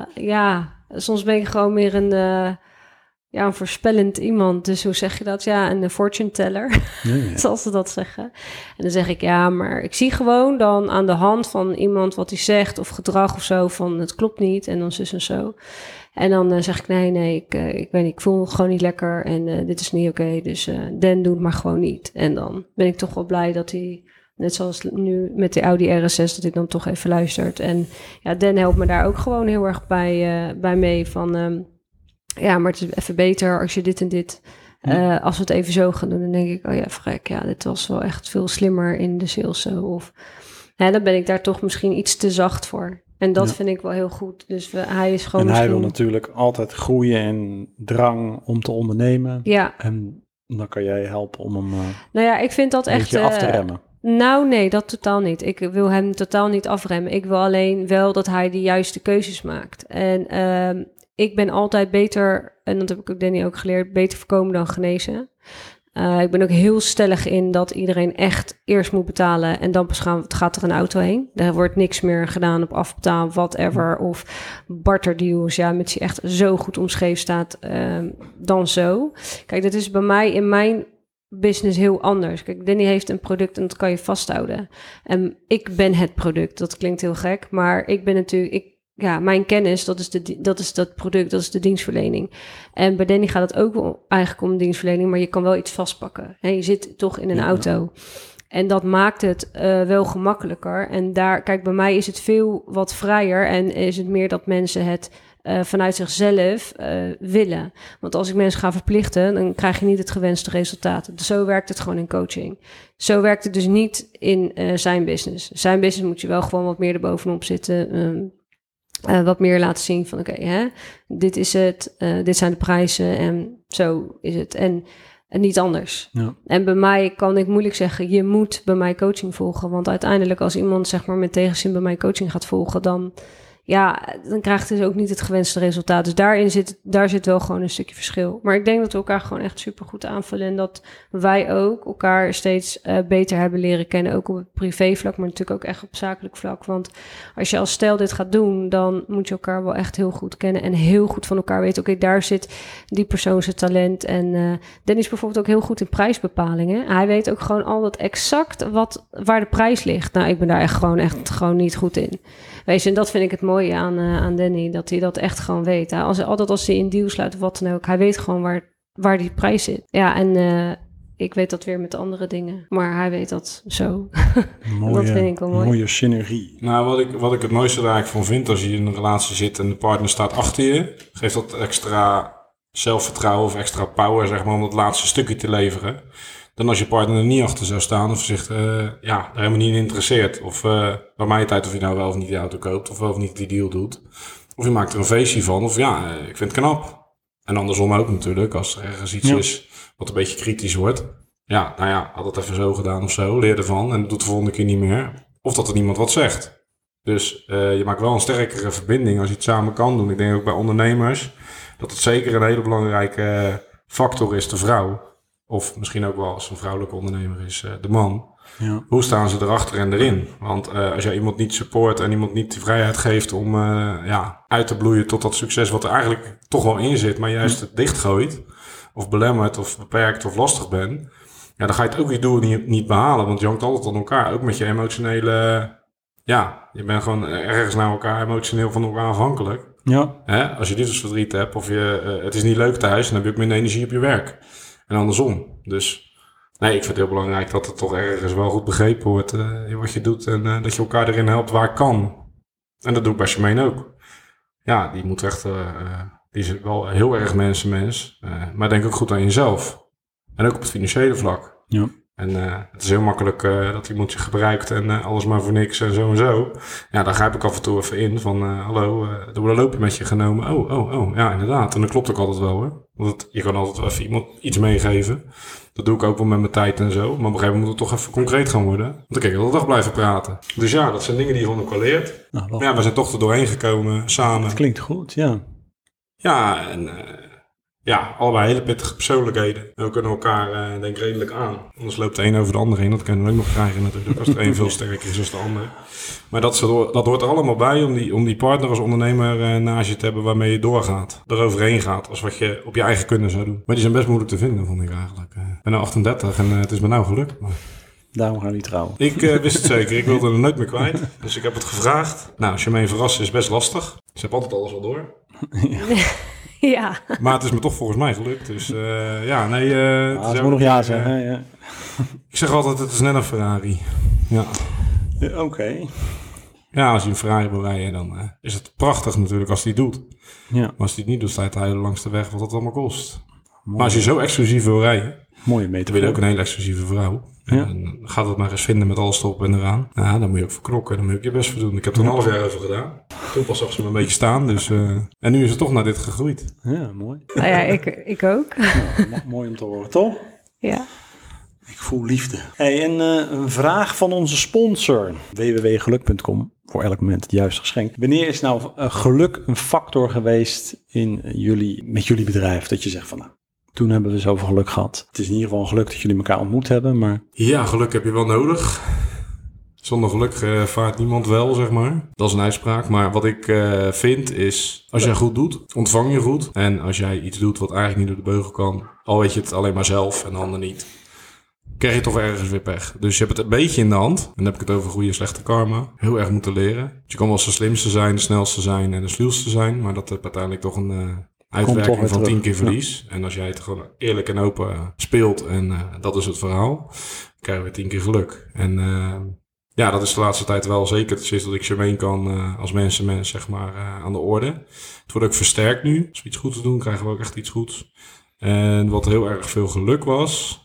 soms ben ik gewoon meer een voorspellend iemand. Dus hoe zeg je dat? Ja, een fortune teller. Ja. Zoals ze dat zeggen. En dan zeg ik, maar ik zie gewoon dan aan de hand van iemand wat hij zegt... of gedrag of zo, van het klopt niet. En dan zus en zo. En dan zeg ik, nee, ik weet niet, ik voel me gewoon niet lekker en dit is niet oké. Dus Dan doet het maar gewoon niet. En dan ben ik toch wel blij dat hij, net zoals nu met de Audi RS6, dat hij dan toch even luistert. En Dan helpt me daar ook gewoon heel erg bij mee van, maar het is even beter als je dit en dit, als we het even zo gaan doen. Dan denk ik, verrek, dit was wel echt veel slimmer in de sales zo. Of dan ben ik daar toch misschien iets te zacht voor. En dat vind ik wel heel goed. Dus hij is gewoon. En hij wil natuurlijk altijd groeien en drang om te ondernemen. Ja. En dan kan jij helpen om hem ik vind dat echt af te remmen. Nou, nee, dat totaal niet. Ik wil hem totaal niet afremmen. Ik wil alleen wel dat hij de juiste keuzes maakt. En ik ben altijd beter, en dat heb ik ook Danny ook geleerd, beter voorkomen dan genezen. Ik ben ook heel stellig in dat iedereen echt eerst moet betalen en dan pas gaat er een auto heen. Er wordt niks meer gedaan op afbetaal, whatever, of barterdeals, met je echt zo goed omschreven staat dan zo. Kijk, dat is bij mij in mijn business heel anders. Kijk, Danny heeft een product en dat kan je vasthouden. En ik ben het product, dat klinkt heel gek, maar ik ben natuurlijk... mijn kennis, dat is dat product, dat is de dienstverlening. En bij Danny gaat het ook wel eigenlijk om dienstverlening, maar je kan wel iets vastpakken. Je zit toch in een auto. En dat maakt het wel gemakkelijker. En daar, kijk, bij mij is het veel wat vrijer en is het meer dat mensen het vanuit zichzelf willen. Want als ik mensen ga verplichten, dan krijg je niet het gewenste resultaat. Zo werkt het gewoon in coaching. Zo werkt het dus niet in zijn business. Zijn business moet je wel gewoon wat meer erbovenop zitten. Wat meer laten zien van dit is het, dit zijn de prijzen en zo is het. En En niet anders. Ja. En bij mij kan ik moeilijk zeggen, je moet bij mij coaching volgen. Want uiteindelijk als iemand zeg maar met tegenzin bij mij coaching gaat volgen, dan krijgt het ook niet het gewenste resultaat. Dus daar zit wel gewoon een stukje verschil. Maar ik denk dat we elkaar gewoon echt super goed aanvullen. En dat wij ook elkaar steeds beter hebben leren kennen. Ook op het privévlak, maar natuurlijk ook echt op zakelijk vlak. Want als je als stel dit gaat doen, dan moet je elkaar wel echt heel goed kennen. En heel goed van elkaar weten. Oké, daar zit die persoon zijn talent. En Dennis is bijvoorbeeld ook heel goed in prijsbepalingen. Hij weet ook gewoon altijd exact waar de prijs ligt. Nou, ik ben daar echt gewoon niet goed in. Weet je, en dat vind ik het mooie aan Danny, dat hij dat echt gewoon weet. Altijd als hij in deal sluit of wat dan ook, hij weet gewoon waar die prijs zit. Ja, en ik weet dat weer met andere dingen, maar hij weet dat zo. Dat vind ik wel mooi. Mooie synergie. Nou, wat ik het mooiste daar eigenlijk van vind, als je in een relatie zit en de partner staat achter je, geeft dat extra zelfvertrouwen of extra power, zeg maar, om dat laatste stukje te leveren. Dan als je partner er niet achter zou staan of zegt, daar helemaal niet in interesseert. Of bij mij tijd of je nou wel of niet die auto koopt of wel of niet die deal doet. Of je maakt er een feestje van of ik vind het knap. En andersom ook natuurlijk, als er ergens iets is wat een beetje kritisch wordt. Had het even zo gedaan of zo, leer ervan en doet de volgende keer niet meer. Of dat er niemand wat zegt. Dus je maakt wel een sterkere verbinding als je het samen kan doen. Ik denk ook bij ondernemers dat het zeker een hele belangrijke factor is, de vrouw. Of misschien ook wel als een vrouwelijke ondernemer is de man. Ja. Hoe staan ze erachter en erin? Want als je iemand niet support en iemand niet de vrijheid geeft om uit te bloeien tot dat succes wat er eigenlijk toch wel in zit, maar juist het dichtgooit of belemmert of beperkt of lastig bent, dan ga je het ook je doel niet behalen. Want je hangt altijd aan elkaar. Ook met je emotionele... je bent gewoon ergens naar elkaar emotioneel van elkaar afhankelijk. Ja. Als je liefdesverdriet hebt of het is niet leuk thuis, dan heb je ook minder energie op je werk. En andersom. Dus ik vind het heel belangrijk dat het toch ergens wel goed begrepen wordt wat je doet. En dat je elkaar erin helpt waar kan. En dat doe ik bij Charmaine ook. Ja, die moet echt... die is wel heel erg mens. Maar denk ook goed aan jezelf. En ook op het financiële vlak. Ja. En het is heel makkelijk dat iemand je gebruikt en alles maar voor niks en zo en zo. Ja, daar grijp ik af en toe even in van hallo, er wordt een loopje met je genomen. Oh, ja inderdaad. En dat klopt ook altijd wel hoor. Want je kan altijd wel even iemand iets meegeven. Dat doe ik ook wel met mijn tijd en zo. Maar op een gegeven moment moet het toch even concreet gaan worden. Want dan kan je de hele dag blijven praten. Dus ja, dat zijn dingen die je van elkaar leert. Nou, we zijn toch er doorheen gekomen samen. Dat klinkt goed, ja. Ja, en... allebei hele pittige persoonlijkheden. En we kunnen elkaar denk ik redelijk aan. Anders loopt de een over de ander heen. Dat kunnen we ook nog krijgen natuurlijk. Als de een veel sterker is dan de ander. Maar dat hoort er allemaal bij om die partner als ondernemer naast je te hebben waarmee je doorgaat. Eroverheen gaat. Als wat je op je eigen kunnen zou doen. Maar die zijn best moeilijk te vinden, vond ik eigenlijk. Ik ben nu 38 en het is me nou gelukt. Maar... Daarom gaan we niet trouwen. Ik wist het zeker. Ik wilde er nooit meer kwijt. Dus ik heb het gevraagd. Nou, als je me verrast is best lastig. Ze hebben altijd alles al door. Ja. Maar het is me toch volgens mij gelukt. Dus ze moet nog ja zeggen. Ja. Ik zeg altijd, het is net een Ferrari. Ja. Oké. Ja, als je een Ferrari wil rijden, dan is het prachtig natuurlijk als hij het doet. Ja. Maar als hij het niet doet, sta je te huilen langs de weg wat dat allemaal kost. Mooi. Maar als je zo exclusief wil rijden, mooie meter. Dan wil je ook een hele exclusieve vrouw. Ja. En dan gaat het maar eens vinden met alles erop en eraan. Ja, dan moet je ook voor knokken. Dan moet je ook je best voor doen. Ik heb er een half jaar over gedaan. Toen pas zag ze me een beetje staan. Dus, en nu is het toch naar dit gegroeid. Ja, mooi. Nou ja, ik ook. Nou, mooi om te horen, toch? Ja. Ik voel liefde. Hey, en een vraag van onze sponsor. www.geluk.com. Voor elk moment het juiste geschenk. Wanneer is nou geluk een factor geweest met jullie bedrijf? Dat je zegt van nou, toen hebben we zoveel geluk gehad. Het is in ieder geval een geluk dat jullie elkaar ontmoet hebben, maar... Ja, geluk heb je wel nodig. Zonder geluk vaart niemand wel, zeg maar. Dat is een uitspraak. Maar wat ik vind is, als jij goed doet, ontvang je goed. En als jij iets doet wat eigenlijk niet door de beugel kan, al weet je het alleen maar zelf en de ander niet, krijg je toch ergens weer pech. Dus je hebt het een beetje in de hand. En dan heb ik het over goede en slechte karma. Heel erg moeten leren. Je kan wel eens de slimste zijn, de snelste zijn en de sluwste zijn. Maar dat heeft uiteindelijk toch een... uitwerking van 10 keer verlies. Ja. En als jij het gewoon eerlijk en open speelt en dat is het verhaal, krijgen we 10 keer geluk. En dat is de laatste tijd wel zeker sinds dat ik Charmaine kan als mens zeg maar aan de orde. Het wordt ook versterkt nu. Als we iets goeds doen, krijgen we ook echt iets goeds. En wat heel erg veel geluk was,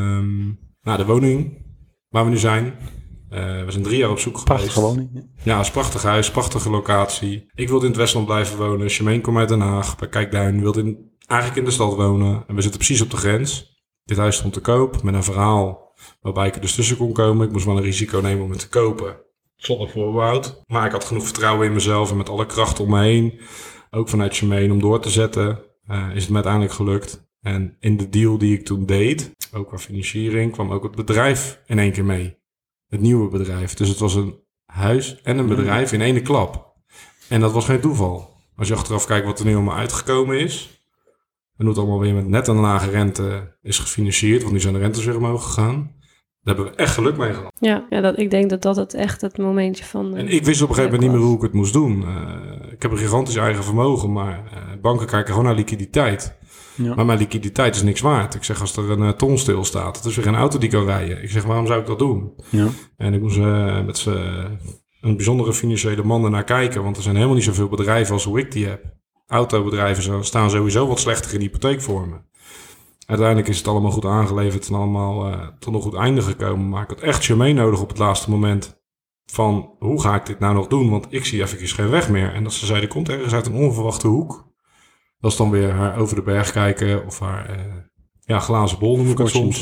de woning waar we nu zijn. We zijn 3 jaar op zoek geweest. Prachtige woning. Ja, het is een prachtig huis, prachtige locatie. Ik wilde in het Westland blijven wonen. Charmaine komt uit Den Haag, bij Kijkduin. Wilde eigenlijk in de stad wonen. En we zitten precies op de grens. Dit huis stond te koop met een verhaal waarbij ik er dus tussen kon komen. Ik moest wel een risico nemen om het te kopen. Zonder voorbehoud. Maar ik had genoeg vertrouwen in mezelf en met alle kracht om me heen. Ook vanuit Charmaine om door te zetten. Is het me uiteindelijk gelukt. En in de deal die ik toen deed, ook qua financiering, kwam ook het bedrijf in één keer mee. Het nieuwe bedrijf. Dus het was een huis en een bedrijf in één klap. En dat was geen toeval. Als je achteraf kijkt wat er nu allemaal uitgekomen is. En hoe het allemaal weer met net een lage rente is gefinancierd. Want nu zijn de rentes weer omhoog gegaan. Daar hebben we echt geluk mee gehad. Ja, ik denk dat het echt het momentje van... En ik wist op een gegeven moment niet meer hoe ik het moest doen. Ik heb een gigantisch eigen vermogen, maar banken kijken gewoon naar liquiditeit. Ja. Maar mijn liquiditeit is niks waard. Ik zeg, als er een ton stil staat, het is weer geen auto die kan rijden. Ik zeg, waarom zou ik dat doen? Ja. En ik moest met een bijzondere financiële man ernaar kijken, want er zijn helemaal niet zoveel bedrijven als hoe ik die heb. Autobedrijven staan sowieso wat slechter in hypotheekvormen. Uiteindelijk is het allemaal goed aangeleverd en allemaal tot een goed einde gekomen. Maar ik had echt Charmaine nodig op het laatste moment. Van, hoe ga ik dit nou nog doen? Want ik zie eventjes geen weg meer. En dat ze zei, er komt ergens uit een onverwachte hoek. Dat is dan weer haar over de berg kijken of haar glazen bol noem ik het soms.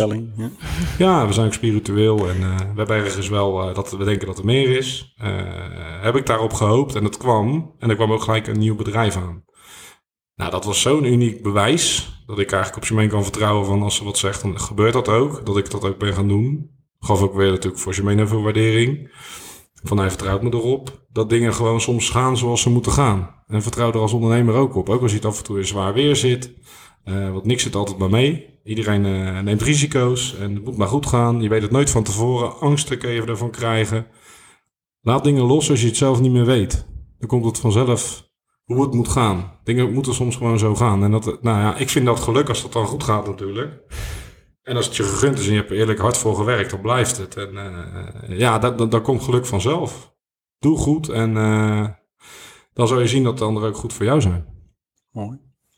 Ja, we zijn ook spiritueel en we hebben ergens wel dat we denken dat er meer is. Heb ik daarop gehoopt en het kwam. En er kwam ook gelijk een nieuw bedrijf aan. Nou, dat was zo'n uniek bewijs dat ik eigenlijk op Charmaine kan vertrouwen van als ze wat zegt, dan gebeurt dat ook. Dat ik dat ook ben gaan doen. Gaf ook weer natuurlijk voor Charmaine veel waardering. Van hij vertrouwt me erop dat dingen gewoon soms gaan zoals ze moeten gaan. En vertrouw er als ondernemer ook op. Ook als je het af en toe in zwaar weer zit. Want niks zit altijd maar mee. Iedereen neemt risico's en het moet maar goed gaan. Je weet het nooit van tevoren. Angsten kun je ervan krijgen. Laat dingen los als je het zelf niet meer weet. Dan komt het vanzelf hoe het moet gaan. Dingen moeten soms gewoon zo gaan. En ik vind dat geluk als dat dan goed gaat natuurlijk. En als het je gegund is en je hebt er eerlijk hard voor gewerkt, dan blijft het. En dan komt geluk vanzelf. Doe goed en dan zal je zien dat de anderen ook goed voor jou zijn. Mooi.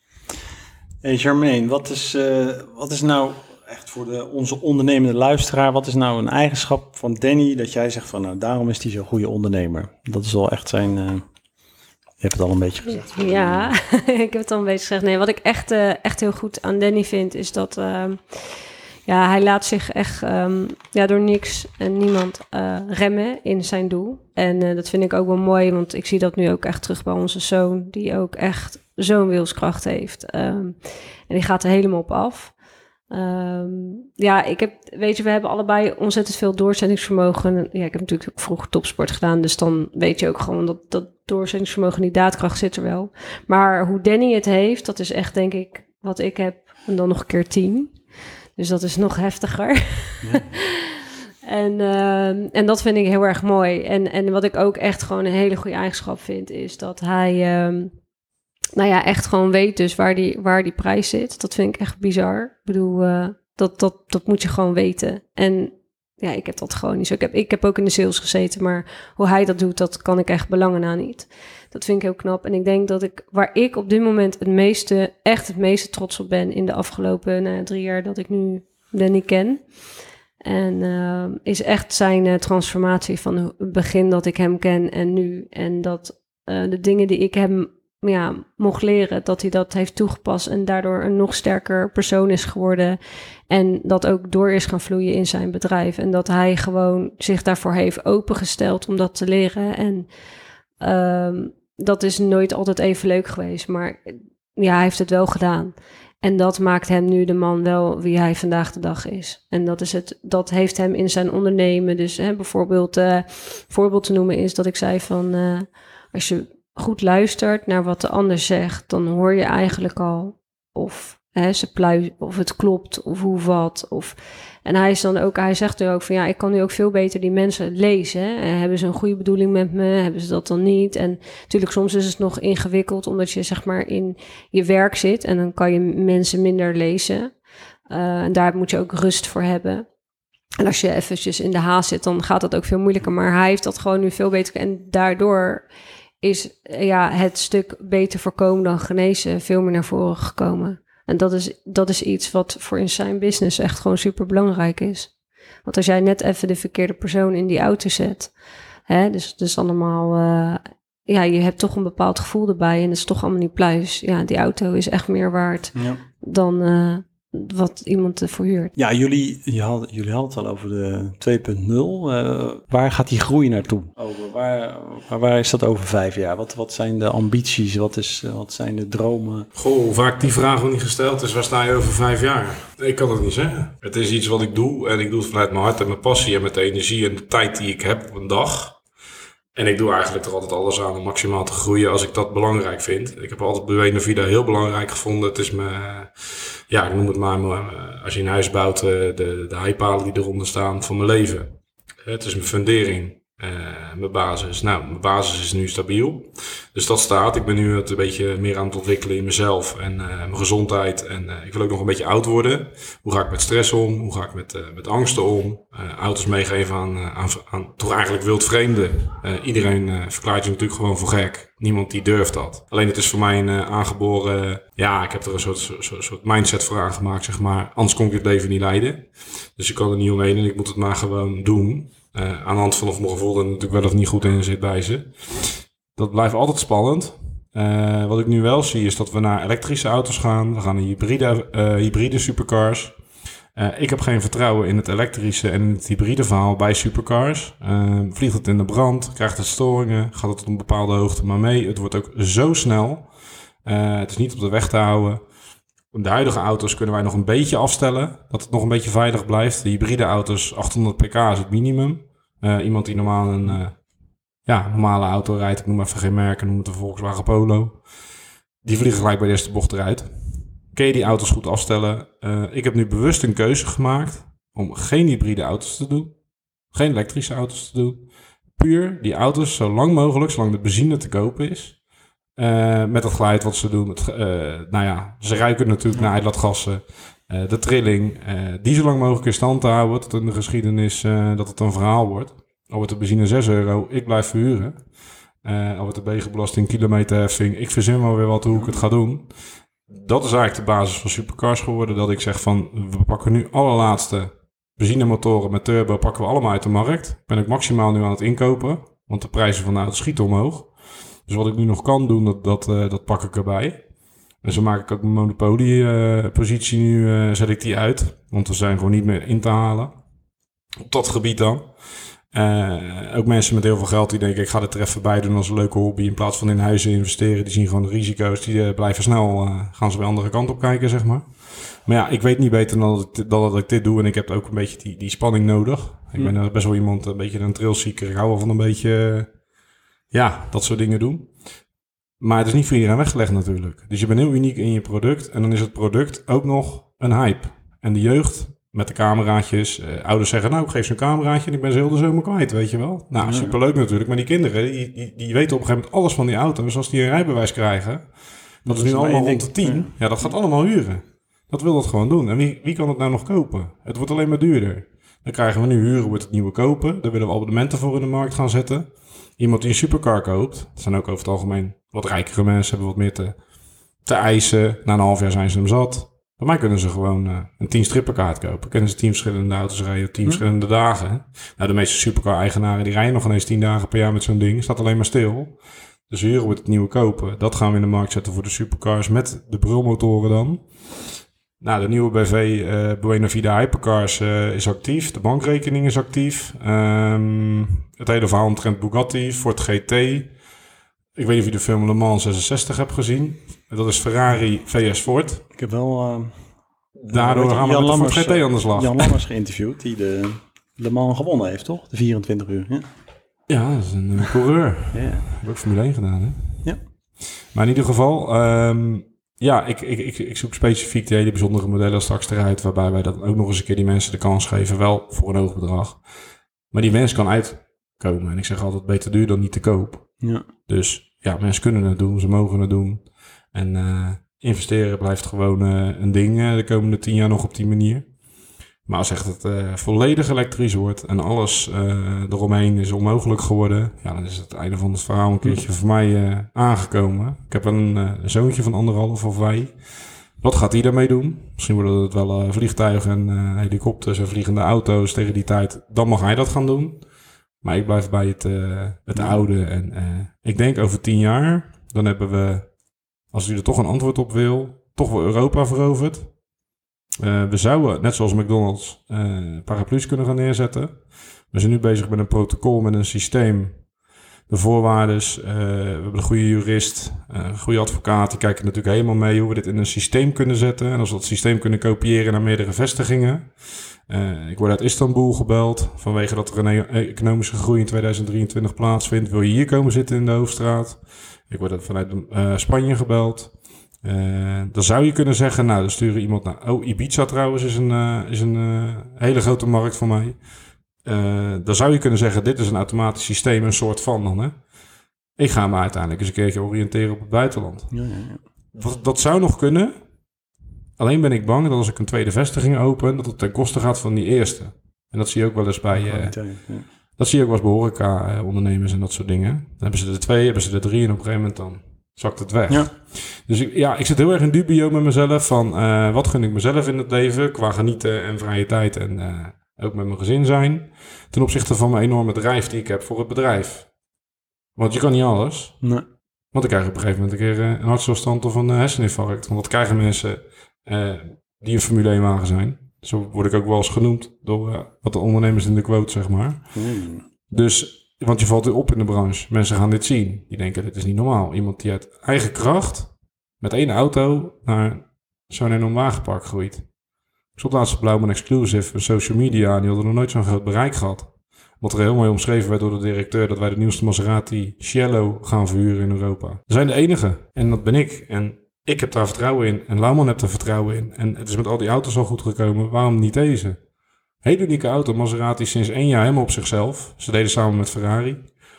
Hey Charmaine, wat is nou echt voor onze ondernemende luisteraar, wat is nou een eigenschap van Danny dat jij zegt van nou, daarom is hij zo'n goede ondernemer? Dat is wel echt zijn... Je hebt het al een beetje gezegd. Ja, ik heb het al een beetje gezegd. Nee, wat ik echt heel goed aan Danny vind, is dat hij laat zich echt door niks en niemand remmen in zijn doel. En dat vind ik ook wel mooi, want ik zie dat nu ook echt terug bij onze zoon, die ook echt zo'n wilskracht heeft. En die gaat er helemaal op af. We hebben allebei ontzettend veel doorzettingsvermogen. Ja, ik heb natuurlijk ook vroeger topsport gedaan, dus dan weet je ook gewoon dat doorzettingsvermogen, die daadkracht zit er wel. Maar hoe Danny het heeft, dat is echt denk ik wat ik heb en dan nog een keer 10. Dus dat is nog heftiger. Ja. En dat vind ik heel erg mooi. En wat ik ook echt gewoon een hele goede eigenschap vind, is dat hij echt gewoon weet dus waar die prijs zit. Dat vind ik echt bizar. Ik bedoel, dat moet je gewoon weten. En ja, ik heb dat gewoon niet zo. Ik heb ook in de sales gezeten, maar hoe hij dat doet, dat kan ik echt belangen na niet. Dat vind ik heel knap. En ik denk dat waar ik op dit moment het meeste trots op ben in de afgelopen 3 jaar dat ik nu Danny ken. En is echt zijn transformatie van het begin dat ik hem ken en nu. En dat de dingen die ik hem mocht leren, dat hij dat heeft toegepast en daardoor een nog sterker persoon is geworden. En dat ook door is gaan vloeien in zijn bedrijf. En dat hij gewoon zich daarvoor heeft opengesteld om dat te leren. En dat is nooit altijd even leuk geweest, maar ja, hij heeft het wel gedaan. En dat maakt hem nu de man wel wie hij vandaag de dag is. En dat heeft hem in zijn ondernemen. Dus bijvoorbeeld, voorbeeld te noemen is dat ik zei van, als je goed luistert naar wat de ander zegt, dan hoor je eigenlijk al of of het klopt of hoe wat. En hij zegt nu ook van ik kan nu ook veel beter die mensen lezen. Hè? Hebben ze een goede bedoeling met me? Hebben ze dat dan niet? En natuurlijk soms is het nog ingewikkeld omdat je zeg maar in je werk zit en dan kan je mensen minder lezen. En daar moet je ook rust voor hebben. En als je eventjes in de haast zit, dan gaat dat ook veel moeilijker. Maar hij heeft dat gewoon nu veel beter. En daardoor is het stuk beter voorkomen dan genezen veel meer naar voren gekomen. En dat is iets wat voor in zijn business echt gewoon super belangrijk is. Want als jij net even de verkeerde persoon in die auto zet, dus allemaal, je hebt toch een bepaald gevoel erbij en het is toch allemaal niet pluis. Ja, die auto is echt meer waard wat iemand ervoor huurt. Ja, jullie hadden het al over de 2.0. Waar gaat die groei naartoe? Waar is dat over 5 jaar? Wat zijn de ambities? Wat zijn de dromen? Goh, hoe vaak die vraag nog niet gesteld is, waar sta je over 5 jaar? Ik kan het niet zeggen. Het is iets wat ik doe en ik doe het vanuit mijn hart en mijn passie en met de energie en de tijd die ik heb op een dag. En ik doe eigenlijk er altijd alles aan om maximaal te groeien als ik dat belangrijk vind. Ik heb altijd Buena Vida heel belangrijk gevonden. Het is ik noem het maar, als je een huis bouwt, de heipalen die eronder staan van mijn leven. Het is mijn fundering. Mijn basis. Nou, mijn basis is nu stabiel. Dus dat staat. Ik ben nu het een beetje meer aan het ontwikkelen in mezelf en mijn gezondheid. En ik wil ook nog een beetje oud worden. Hoe ga ik met stress om? Hoe ga ik met angsten om? Auto's meegeven aan toch eigenlijk wildvreemden. Iedereen verklaart je natuurlijk gewoon voor gek. Niemand die durft dat. Alleen het is voor mij een aangeboren... Ja, ik heb er een soort mindset voor aangemaakt, zeg maar. Anders kon ik het leven niet leiden. Dus ik kan er niet omheen en ik moet het maar gewoon doen. Aan de hand van of mijn gevoel er natuurlijk wel of niet goed in zit bij ze. Dat blijft altijd spannend. Wat ik nu wel zie is dat we naar elektrische auto's gaan. We gaan naar hybride supercars. Ik heb geen vertrouwen in het elektrische en het hybride verhaal bij supercars. Vliegt het in de brand, krijgt het storingen, gaat het tot een bepaalde hoogte maar mee. Het wordt ook zo snel. Het is niet op de weg te houden. De huidige auto's kunnen wij nog een beetje afstellen, dat het nog een beetje veilig blijft. De hybride auto's, 800 pk is het minimum. Iemand die normaal een normale auto rijdt, ik noem even geen merken, noem het een Volkswagen Polo. Die vliegen gelijk bij de eerste bocht eruit. Kun je die auto's goed afstellen? Ik heb nu bewust een keuze gemaakt om geen hybride auto's te doen. Geen elektrische auto's te doen. Puur die auto's zo lang mogelijk, zolang de benzine te kopen is. Met het geluid wat ze doen. Ze ruiken natuurlijk naar uitlaatgassen. De trilling. Die zo lang mogelijk in stand te houden. Tot in de geschiedenis dat het een verhaal wordt. Al wordt de benzine €6, ik blijf verhuren. Al wordt de wegenbelasting, kilometerheffing. Ik verzin wel weer wat hoe ik het ga doen. Dat is eigenlijk de basis van supercars geworden. Dat ik zeg van, we pakken nu allerlaatste benzinemotoren met turbo pakken we allemaal uit de markt. Ben ik maximaal nu aan het inkopen. Want de prijzen van de auto schieten omhoog. Dus wat ik nu nog kan doen, dat pak ik erbij. En zo maak ik ook mijn monopoliepositie nu, zet ik die uit. Want we zijn gewoon niet meer in te halen. Op dat gebied dan. Ook mensen met heel veel geld die denken, ik ga dit er even bij doen als een leuke hobby. In plaats van in huizen investeren, die zien gewoon de risico's. Die blijven snel, gaan ze weer de andere kant op kijken, zeg maar. Maar ja, ik weet niet beter dan dat ik dit doe. En ik heb ook een beetje die spanning nodig. Ik ben best wel iemand, een beetje een thrillseeker. Ik hou wel van een beetje... dat soort dingen doen. Maar het is niet voor iedereen weggelegd natuurlijk. Dus je bent heel uniek in je product. En dan is het product ook nog een hype. En de jeugd met de cameraatjes. Ouders zeggen, nou, ik geef ze een cameraatje en ik ben ze heel de zomer kwijt, weet je wel. Nou, superleuk natuurlijk. Maar die kinderen, die weten op een gegeven moment alles van die auto's. Als die een rijbewijs krijgen, dat is nu allemaal rond de 10. Ja, dat gaat allemaal huren. Dat wil dat gewoon doen. En wie kan het nou nog kopen? Het wordt alleen maar duurder. Dan krijgen we nu huren, wordt het nieuwe kopen. Daar willen we abonnementen voor in de markt gaan zetten. Iemand die een supercar koopt, dat zijn ook over het algemeen wat rijkere mensen, hebben wat meer te eisen. Na een half jaar zijn ze hem zat. Bij mij kunnen ze gewoon een 10 strippenkaart kopen. Kunnen ze 10 verschillende auto's rijden, 10 verschillende dagen. Nou, de meeste supercar-eigenaren die rijden nog ineens 10 dagen per jaar met zo'n ding. Staat alleen maar stil. Dus huren wordt het nieuwe kopen. Dat gaan we in de markt zetten voor de supercars met de brulmotoren dan. Nou, de nieuwe BV Buena Vida Hypercars is actief. De bankrekening is actief. Het hele verhaal omtrent Bugatti, Ford GT. Ik weet niet of je de film Le Mans 66 hebt gezien. Dat is Ferrari vs Ford. Ik heb wel... Daardoor gaan we met de Ford GT aan de slag. Jan Lammers geïnterviewd, die de Le Mans gewonnen heeft, toch? De 24 uur, ja. Ja, dat is een coureur. Ja. Heb ook Formule 1 gedaan, hè? Ja. Maar in ieder geval... ik zoek specifiek die hele bijzondere modellen straks eruit, waarbij wij dat ook nog eens een keer die mensen de kans geven, wel voor een hoog bedrag. Maar die wens kan uitkomen. En ik zeg altijd, beter duur dan niet te koop. Ja. Dus ja, mensen kunnen het doen, ze mogen het doen. En investeren blijft gewoon een ding de komende 10 jaar nog op die manier. Maar als echt het volledig elektrisch wordt en alles eromheen is onmogelijk geworden, ja, dan is het einde van het verhaal een keertje voor mij aangekomen. Ik heb een zoontje van 1,5 of wij. Wat gaat hij daarmee doen? Misschien worden het wel vliegtuigen en helikopters en vliegende auto's tegen die tijd. Dan mag hij dat gaan doen. Maar ik blijf bij het oude. En ik denk over 10 jaar, dan hebben we, als u er toch een antwoord op wil, toch wel Europa veroverd. We zouden, net zoals McDonald's, paraplu's kunnen gaan neerzetten. We zijn nu bezig met een protocol, met een systeem. De voorwaardes, we hebben een goede jurist, een goede advocaat. Die kijken natuurlijk helemaal mee hoe we dit in een systeem kunnen zetten. En als we dat systeem kunnen kopiëren naar meerdere vestigingen. Ik word uit Istanbul gebeld. Vanwege dat er een economische groei in 2023 plaatsvindt. Wil je hier komen zitten in de Hoofdstraat? Ik word vanuit Spanje gebeld. Dan zou je kunnen zeggen, nou, dan sturen we iemand naar... Oh, Ibiza trouwens is een hele grote markt voor mij. Dan zou je kunnen zeggen, dit is een automatisch systeem, een soort van dan, hè. Ik ga me uiteindelijk eens een keertje oriënteren op het buitenland. Ja. Dat zou nog kunnen. Alleen ben ik bang dat als ik een tweede vestiging open, dat het ten koste gaat van die eerste. En dat zie je ook wel eens bij... Dat zie je ook wel eens bij horeca-ondernemers en dat soort dingen. Dan hebben ze er 2, hebben ze er 3 en op een gegeven moment dan zakt het weg. Ja. Dus ik zit heel erg in dubio met mezelf van wat gun ik mezelf in het leven qua genieten en vrije tijd en ook met mijn gezin zijn. Ten opzichte van mijn enorme drijf die ik heb voor het bedrijf. Want je kan niet alles. Nee. Want ik krijg op een gegeven moment een keer een hartstilstand of een herseninfarct. Want dat krijgen mensen die een Formule 1 wagen zijn. Zo word ik ook wel eens genoemd door wat de ondernemers in de quote, zeg maar. Dus, want je valt op in de branche. Mensen gaan dit zien. Die denken, dit is niet normaal. Iemand die uit eigen kracht met 1 auto naar zo'n enorm wagenpark groeit. Ik stond laatst op Blauwman Exclusive met social media en die hadden nog nooit zo'n groot bereik gehad. Wat er heel mooi omschreven werd door de directeur, dat wij de nieuwste Maserati Cielo gaan verhuren in Europa. We zijn de enige. En dat ben ik. En ik heb daar vertrouwen in. En Lauwman heeft er vertrouwen in. En het is met al die auto's al goed gekomen. Waarom niet deze? Hele unieke auto. Maserati sinds 1 jaar helemaal op zichzelf. Ze deden samen met Ferrari.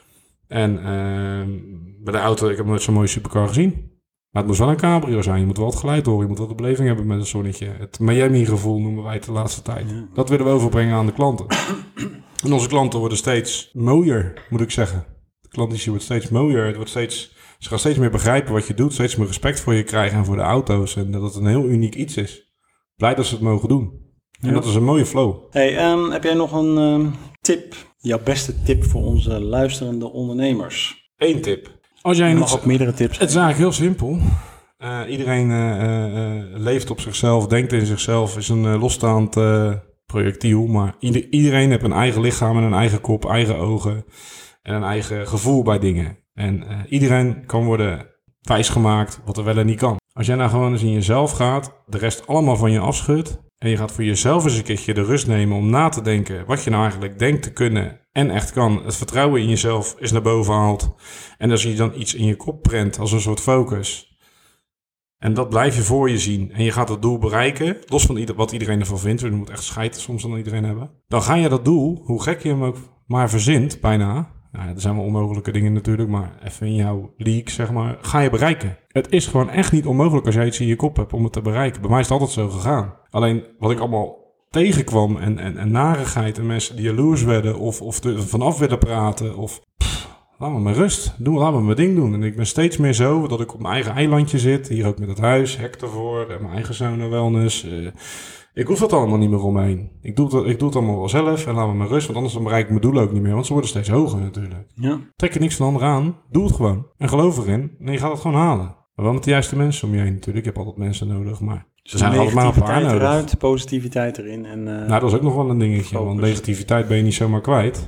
En bij de auto, ik heb nooit zo'n mooie supercar gezien. Maar het moest wel een cabrio zijn. Je moet wel het geluid horen. Je moet wel de beleving hebben met een zonnetje. Het Miami-gevoel noemen wij het de laatste tijd. Ja. Dat willen we overbrengen aan de klanten. En onze klanten worden steeds mooier, moet ik zeggen. De klanten wordt steeds mooier. Het wordt ze gaan steeds meer begrijpen wat je doet. Steeds meer respect voor je krijgen en voor de auto's. En dat het een heel uniek iets is. Blij dat ze het mogen doen. En dat is een mooie flow. Hey, heb jij nog een tip? Jouw beste tip voor onze luisterende ondernemers? 1 tip. Als jij mag ook meerdere tips. Het is eigenlijk heel simpel. Iedereen leeft op zichzelf, denkt in zichzelf. Is een losstaand projectiel. Maar iedereen heeft een eigen lichaam en een eigen kop, eigen ogen. En een eigen gevoel bij dingen. En iedereen kan worden wijsgemaakt wat er wel en niet kan. Als jij nou gewoon eens in jezelf gaat, de rest allemaal van je afschudt. En je gaat voor jezelf eens een keertje de rust nemen om na te denken wat je nou eigenlijk denkt te kunnen en echt kan. Het vertrouwen in jezelf is naar boven haalt. En als je dan iets in je kop prent als een soort focus. En dat blijf je voor je zien. En je gaat dat doel bereiken, los van wat iedereen ervan vindt. Je moet echt scheid soms aan iedereen hebben. Dan ga je dat doel, hoe gek je hem ook maar verzint, bijna. Nou, er zijn wel onmogelijke dingen natuurlijk, maar even in jouw league, zeg maar, ga je bereiken. Het is gewoon echt niet onmogelijk als jij iets in je kop hebt om het te bereiken. Bij mij is het altijd zo gegaan. Alleen wat ik allemaal tegenkwam en narigheid en mensen die jaloers werden of er vanaf willen praten of... laat me maar rust. Laat me mijn ding doen. En ik ben steeds meer zo dat ik op mijn eigen eilandje zit. Hier ook met het huis, hek ervoor en mijn eigen sauna wellness. Ik hoef dat allemaal niet meer omheen. Ik doe het allemaal wel zelf en laat me maar rust. Want anders dan bereik ik mijn doelen ook niet meer. Want ze worden steeds hoger natuurlijk. Ja. Trek je niks van anderen aan. Doe het gewoon. En geloof erin. En je gaat het gewoon halen. Maar wel met de juiste mensen om je heen natuurlijk. Je hebt altijd mensen nodig. Maar ze zijn altijd maar een paar nodig. Eruit, positiviteit erin. En, Nou, dat is ook nog wel een dingetje. Focus. Want negativiteit ben je niet zomaar kwijt.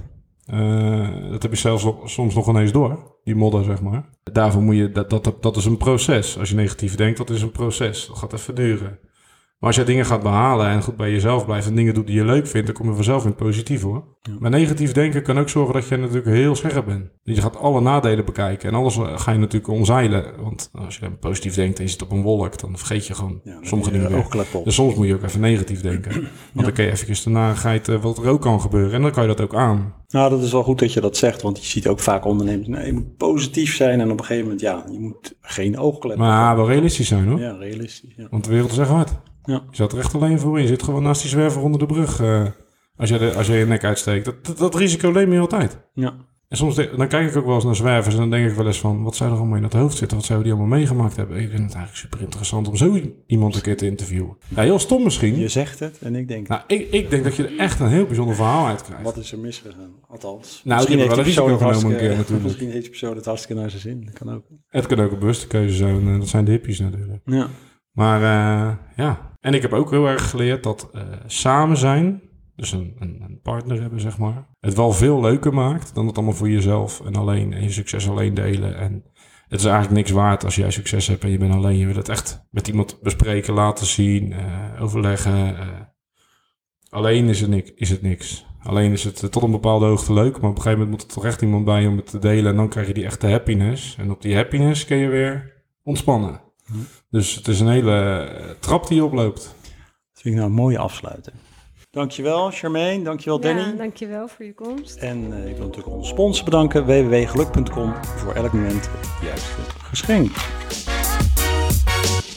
Dat heb je zelfs soms nog ineens door. Die modder, zeg maar. Daarvoor moet je... Dat is een proces. Als je negatief denkt, dat is een proces. Dat gaat even duren. Maar als jij dingen gaat behalen en goed bij jezelf blijft en dingen doet die je leuk vindt, dan kom je vanzelf in het positief, hoor. Ja. Maar negatief denken kan ook zorgen dat je natuurlijk heel scherp bent. Je gaat alle nadelen bekijken en alles ga je natuurlijk omzeilen. Want als je dan positief denkt en je zit op een wolk, dan vergeet je gewoon sommige dingen weer. Dus soms moet je ook even negatief denken. Want dan kun je eventjes de narigheid wat er ook kan gebeuren en dan kan je dat ook aan. Nou, dat is wel goed dat je dat zegt, want je ziet ook vaak ondernemers, nee, je moet positief zijn en op een gegeven moment, je moet geen oogklep. Maar wel realistisch zijn, hoor. Ja, realistisch. Ja. Want de wereld is echt hard. Ja. Je zat er echt alleen voor in. Je zit gewoon naast die zwerver onder de brug. Als je nek uitsteekt. Dat risico neem je altijd. Ja. En soms dan kijk ik ook wel eens naar zwervers. En dan denk ik wel eens van, wat zou er allemaal in het hoofd zitten? Wat zouden die allemaal meegemaakt hebben? Ik vind het eigenlijk super interessant om zo iemand een keer te interviewen. Ja, heel stom misschien. Je zegt het en ik denk... Nou, ik denk dat je er echt een heel bijzonder verhaal uit krijgt. Wat is er misgegaan? Althans. Nou, misschien heeft wel risico genomen een keer natuurlijk. Misschien heeft die persoon het hartstikke naar zijn zin. Dat kan ook. Het kan ook een bewuste keuze zijn. Dat zijn de hippies natuurlijk. Ja. Maar En ik heb ook heel erg geleerd dat samen zijn, dus een partner hebben, zeg maar, het wel veel leuker maakt dan het allemaal voor jezelf en je succes alleen delen. En het is eigenlijk niks waard als jij succes hebt en je bent alleen. Je wil het echt met iemand bespreken, laten zien, overleggen. Alleen is het niks. Alleen is het tot een bepaalde hoogte leuk, maar op een gegeven moment moet er toch echt iemand bij om het te delen. En dan krijg je die echte happiness. En op die happiness kun je weer ontspannen. Dus het is een hele trap die je oploopt. Dat vind ik nou een mooie afsluiting. Dankjewel Charmaine, dankjewel Danny. Ja, dankjewel voor je komst. En ik wil natuurlijk onze sponsor bedanken, www.geluk.com, voor elk moment het juiste geschenk.